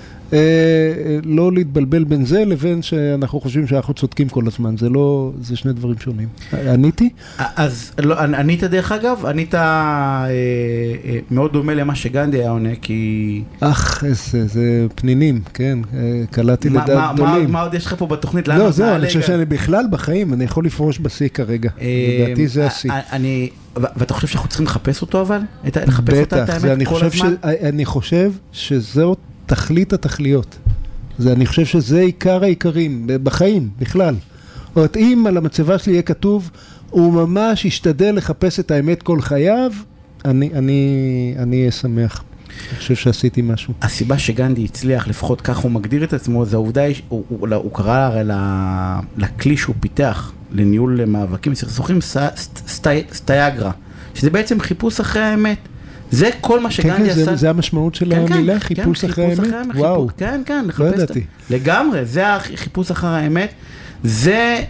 לא להתבלבל בין זה לבין שאנחנו חושבים שאנחנו צודקים כל הזמן, זה שני דברים שונים. עניתי? אז לא, ענית דרך אגב, ענית מאוד דומה למה שגנדי היה עונה, כי... זה פנינים, כן, קלעתי לדעת גדולים. מה עוד יש לך פה בתוכנית? לא, זהו, אני חושב שאני בכלל בחיים, אני יכול לפרוש בשיא כרגע, לדעתי זה השיא. ואתה חושב שאנחנו צריכים לחפש אותו אבל? לחפש אותה את האמת כל הזמן? אני חושב שזאת תכלית התכליות. אני חושב שזה עיקר העיקרים בחיים, בכלל. או אם על המצבה שלי יהיה כתוב, הוא ממש ישתדל לחפש את האמת כל חייו, אני אהיה שמח. אני חושב שעשיתי משהו. הסיבה שגנדי הצליח, לפחות כך הוא מגדיר את עצמו, זה העובדה, הוא קרא הרי לכלי שהוא פיתח לניהול מאבקים סכסוכים סטייגרה, שזה בעצם חיפוש אחרי האמת. זה כל מה שגנדי עשה. זה המשמעות של המילה, חיפוש אחרי האמת? וואו, כן, לא ידעתי. לגמרי, זה החיפוש אחרי האמת. זה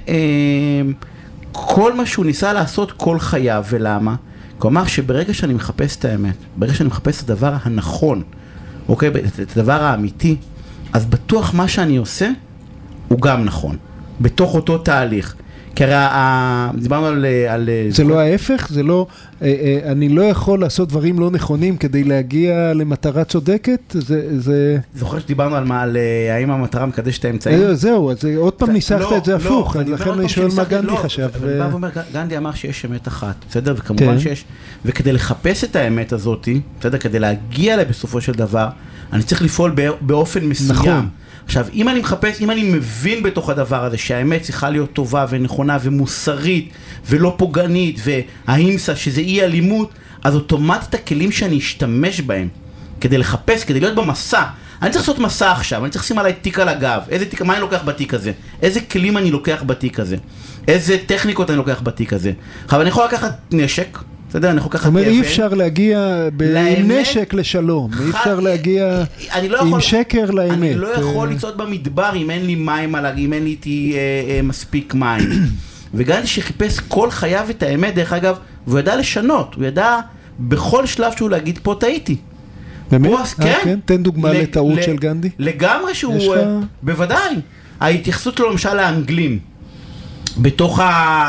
כל מה שהוא ניסה לעשות כל חייו, ולמה? כלומר שברגע שאני מחפש את האמת, ברגע שאני מחפש את הדבר הנכון, אוקיי, את הדבר האמיתי, אז בטוח מה שאני עושה הוא גם נכון, בתוך אותו תהליך. כי הרי דיברנו על... זה לא ההפך? זה לא... אני לא יכול לעשות דברים לא נכונים כדי להגיע למטרה צודקת? זה... זוכר שדיברנו על האם המטרה מקדש את האמצעים? זהו, אז עוד פעם ניסחת את זה הפוך, לכן אני שואל מה גנדי חשב. אני בא ואומר, גנדי אמר שיש אמת אחת, בסדר? וכמובן שיש... וכדי לחפש את האמת הזאת, בסדר? כדי להגיע לה בסופו של דבר, אני צריך לפעול באופן מסוים. עכשיו, אם אני מחפש, אם אני מבין בתוך הדבר הזה שהאמת צריכה להיות טובה ונכונה ומוסרית ולא פוגענית וההימסה שזה אי אלימות, אז אוטומטית הכלים שאני אשתמש בהם כדי לחפש, כדי להיות במסע. אני צריך לעשות מסע עכשיו, אני צריך לשים עליי תיק על הגב. איזה תיק, מה אני לוקח בתיק הזה? איזה כלים אני לוקח בתיק הזה? איזה טכניקות אני לוקח בתיק הזה? עכשיו, אני יכול לקחת נשק, בסדר, אני יכול לקחת... זאת אומרת, אי אפשר להגיע עם נשק לשלום, אי אפשר להגיע עם שקר לאמת. אני לא יכול לצעוד במדבר אם אין לי מים עליו, אם אין לי מספיק מים. וגנדי שחיפש כל חייו את האמת, דרך אגב, והוא ידע לשנות, הוא ידע בכל שלב שהוא להגיד, פה טעיתי. באמת? כן? תן דוגמה לטעות של גנדי. לגמרי שהוא, בוודאי, ההתייחסות לו למשל לאנגלים, בתוך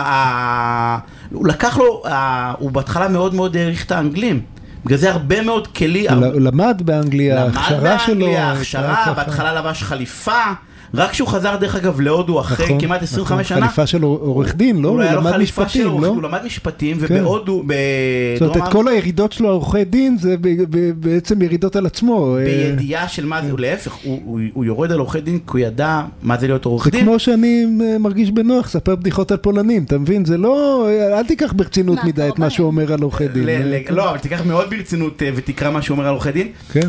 הוא לקח לו, הוא בהתחלה מאוד מאוד העריך את האנגלים. בגלל זה הרבה מאוד כלי... הוא למד באנגליה, ההכשרה שלו... ההכשרה, בהתחלה לבש חליפה, רק שהוא חזר דרך אגב להודו אחרי כמעט 25 שנה. חליפה של עורך דין, לא? הוא למד משפטים, לא? הוא למד משפטים, ובהודו... זאת אומרת, את כל הירידות שלו, עורכי דין, זה בעצם ירידות על עצמו. בידיעה של מה זה, להפך, הוא יורד על עורכי דין, כי הוא ידע מה זה להיות עורך דין. זה כמו שאני מרגיש בנוח, ספר בדיחות על פולנים, אתה מבין? זה לא... אל תיקח ברצינות מדי את מה שהוא אומר על עורכי דין. לא, אבל תיקח מאוד ברצינות ותקרא מה שהוא אומר על עוכי דין. כן,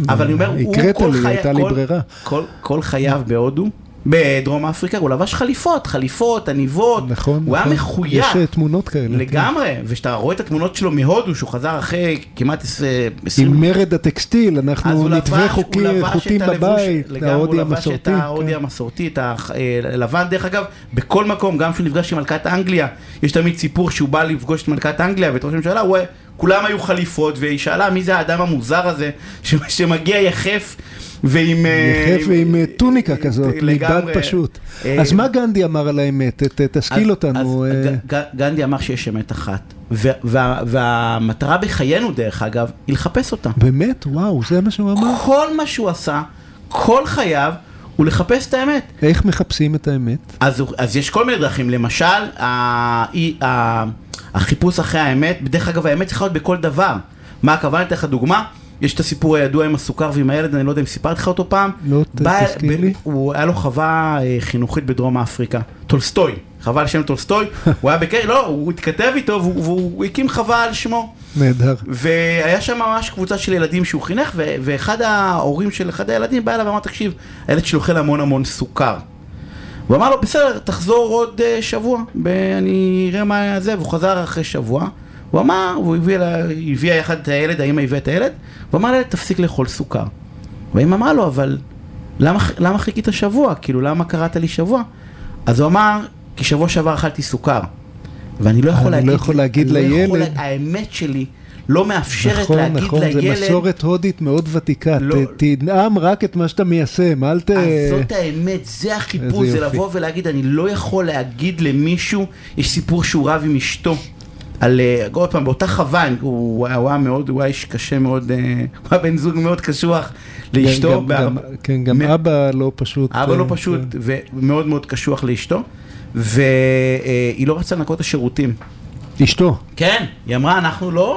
כל חייו בהודו, בדרום אפריקה, הוא לבש חליפות, עניבות, נכון, הוא היה מחויב. יש תמונות כאלה. לגמרי, ושאתה רואה את התמונות שלו מהודו, שהוא חזר אחרי כמעט 20... עם מרד הטקסטיל, אנחנו נתווה חוטים בבית, ההודי המסורתי. את ההודי המסורתי, את הלבן, דרך אגב, בכל מקום, גם כשהוא נפגש עם מלכת אנגליה, יש תמיד סיפור שהוא בא לפגוש את מלכת אנגליה, ואת ראש הממשלה, כולם היו חליפות, והיא שאלה מי זה האדם המוזר הזה, שמגיע יחף, ועם טוניקה כזאת, מבד פשוט. אז מה גנדי אמר על האמת? תשכיל אותנו. גנדי אמר שיש אמת אחת, והמטרה בחיינו דרך אגב, היא לחפש אותה. באמת? וואו, זה מה שהוא אמר? כל מה שהוא עשה, כל חייו, הוא לחפש את האמת. איך מחפשים את האמת? אז יש כל מיני דרכים, למשל, החיפוש אחרי האמת, בדרך אגב האמת צריכה להיות בכל דבר. מה הכוונה? אתן לך דוגמה? יש את הסיפור הידוע עם הסוכר ועם הילד, אני לא יודע אם סיפרתי לך אותו פעם. לא, תזכיר לי. הוא היה לו חווה חינוכית בדרום אפריקה. טולסטוי, חווה על שם טולסטוי, הוא היה בקשר, לא, הוא התכתב איתו, והוא הקים חווה על שמו. נהדר. והיה שם ממש קבוצה של ילדים שהוא חינך, ואחד ההורים של אחד הילדים בא אליו ואמר, תקשיב, הילד שלו אוכל המון סוכר. הוא אמר לו, בסדר, תחזור עוד שבוע, אני אראה מה זה, והוא חזר אחרי שבוע, הוא אמר, הוא הביא יחד את הילד, האמא הביאה את הילד, הוא אמר לילד, תפסיק לאכול סוכר. והאמא אמרה לו, אבל למה חיכית שבוע? כאילו, למה קראת לי שבוע? אז הוא אמר, כי שבוע שעבר אכלתי סוכר, ואני לא יכול להגיד לילד, האמת שלי לא מאפשרת להגיד לילד. נכון, זה מסורת הודית מאוד ותיקה, תנעם רק את מה שאתה מיישם, אל ת... אז זאת האמת, זה החיפוש, זה לבוא ולהגיד, אני לא יכול להגיד למישהו, יש סיפור שהוא רב עם אשתו, על, עוד פעם, באותה חווה, הוא היה איש קשה מאוד, הוא היה בן זוג מאוד קשוח לאשתו. כן, גם אבא לא פשוט. אבא לא פשוט, ומאוד מאוד קשוח לאשתו, והיא לא רצה לנקות את השירותים. אשתו. כן, היא אמרה, אנחנו לא...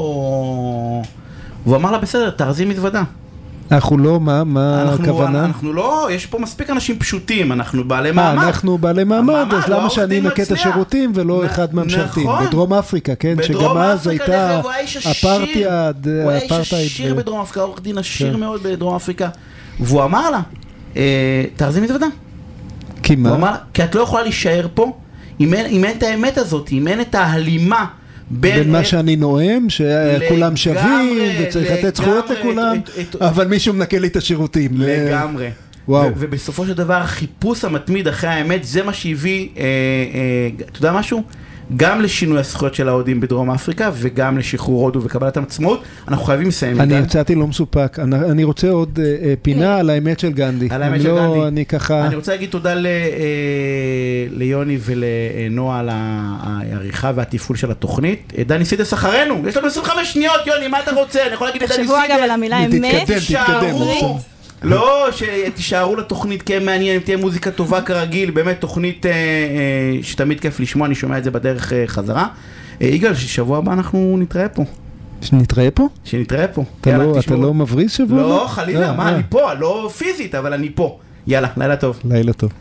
והוא אמר לה, בסדר, תרזי מזוודה. אנחנו לא, מה הכוונה? אנחנו לא, יש פה מספיק אנשים פשוטים, אנחנו בעלי מעמד. אנחנו בעלי מעמד, אז למה שאני נקה את השירותים ולא אחד מהמשרתים? בדרום אפריקה, כן? שגם אז הייתה אפרטהייד. הוא היה איש עשיר בדרום אפריקה, עורך דין עשיר מאוד בדרום אפריקה. והוא אמר לה, תרזי מזוודה. כי מה? הוא אמר לה, כי את לא יכולה להישאר פה, אם אין את האמת הזאת, אם אין את ההלימה, בין מה שאני נואם, שכולם שווים וצריך לתת זכויות לכולם, אבל מישהו מנקה לי את השירותים. לגמרי. ובסופו של דבר החיפוש המתמיד אחרי האמת, זה מה שהביא, אתה יודע משהו? גם לשינוי הזכויות של ההודים בדרום אפריקה, וגם לשחרור הודו וקבלת העצמאות. אנחנו חייבים לסיים. אני יצאתי לא מסופק. אני רוצה עוד פינה על האמת של גנדי. על האמת של גנדי. אני רוצה להגיד תודה ליוני ולנועה על העריכה והטיפול של התוכנית. דני סידס אחרינו. יש לנו 25 שניות, יוני, מה אתה רוצה? אני יכול להגיד לדני סידס. תחשבו אגב על המילה אמת. תתקדם. לא, שתישארו לתוכנית, כי מעניין, תהיה מוזיקה טובה כרגיל, באמת תוכנית שתמיד כיף לשמוע, אני שומע את זה בדרך חזרה. יגאל, שבוע הבא אנחנו נתראה פה. שנתראה פה? שנתראה פה. אתה לא מבריז שבוע? לא, חלילה, מה, אני פה, לא פיזית, אבל אני פה. יאללה, לילה טוב. לילה טוב.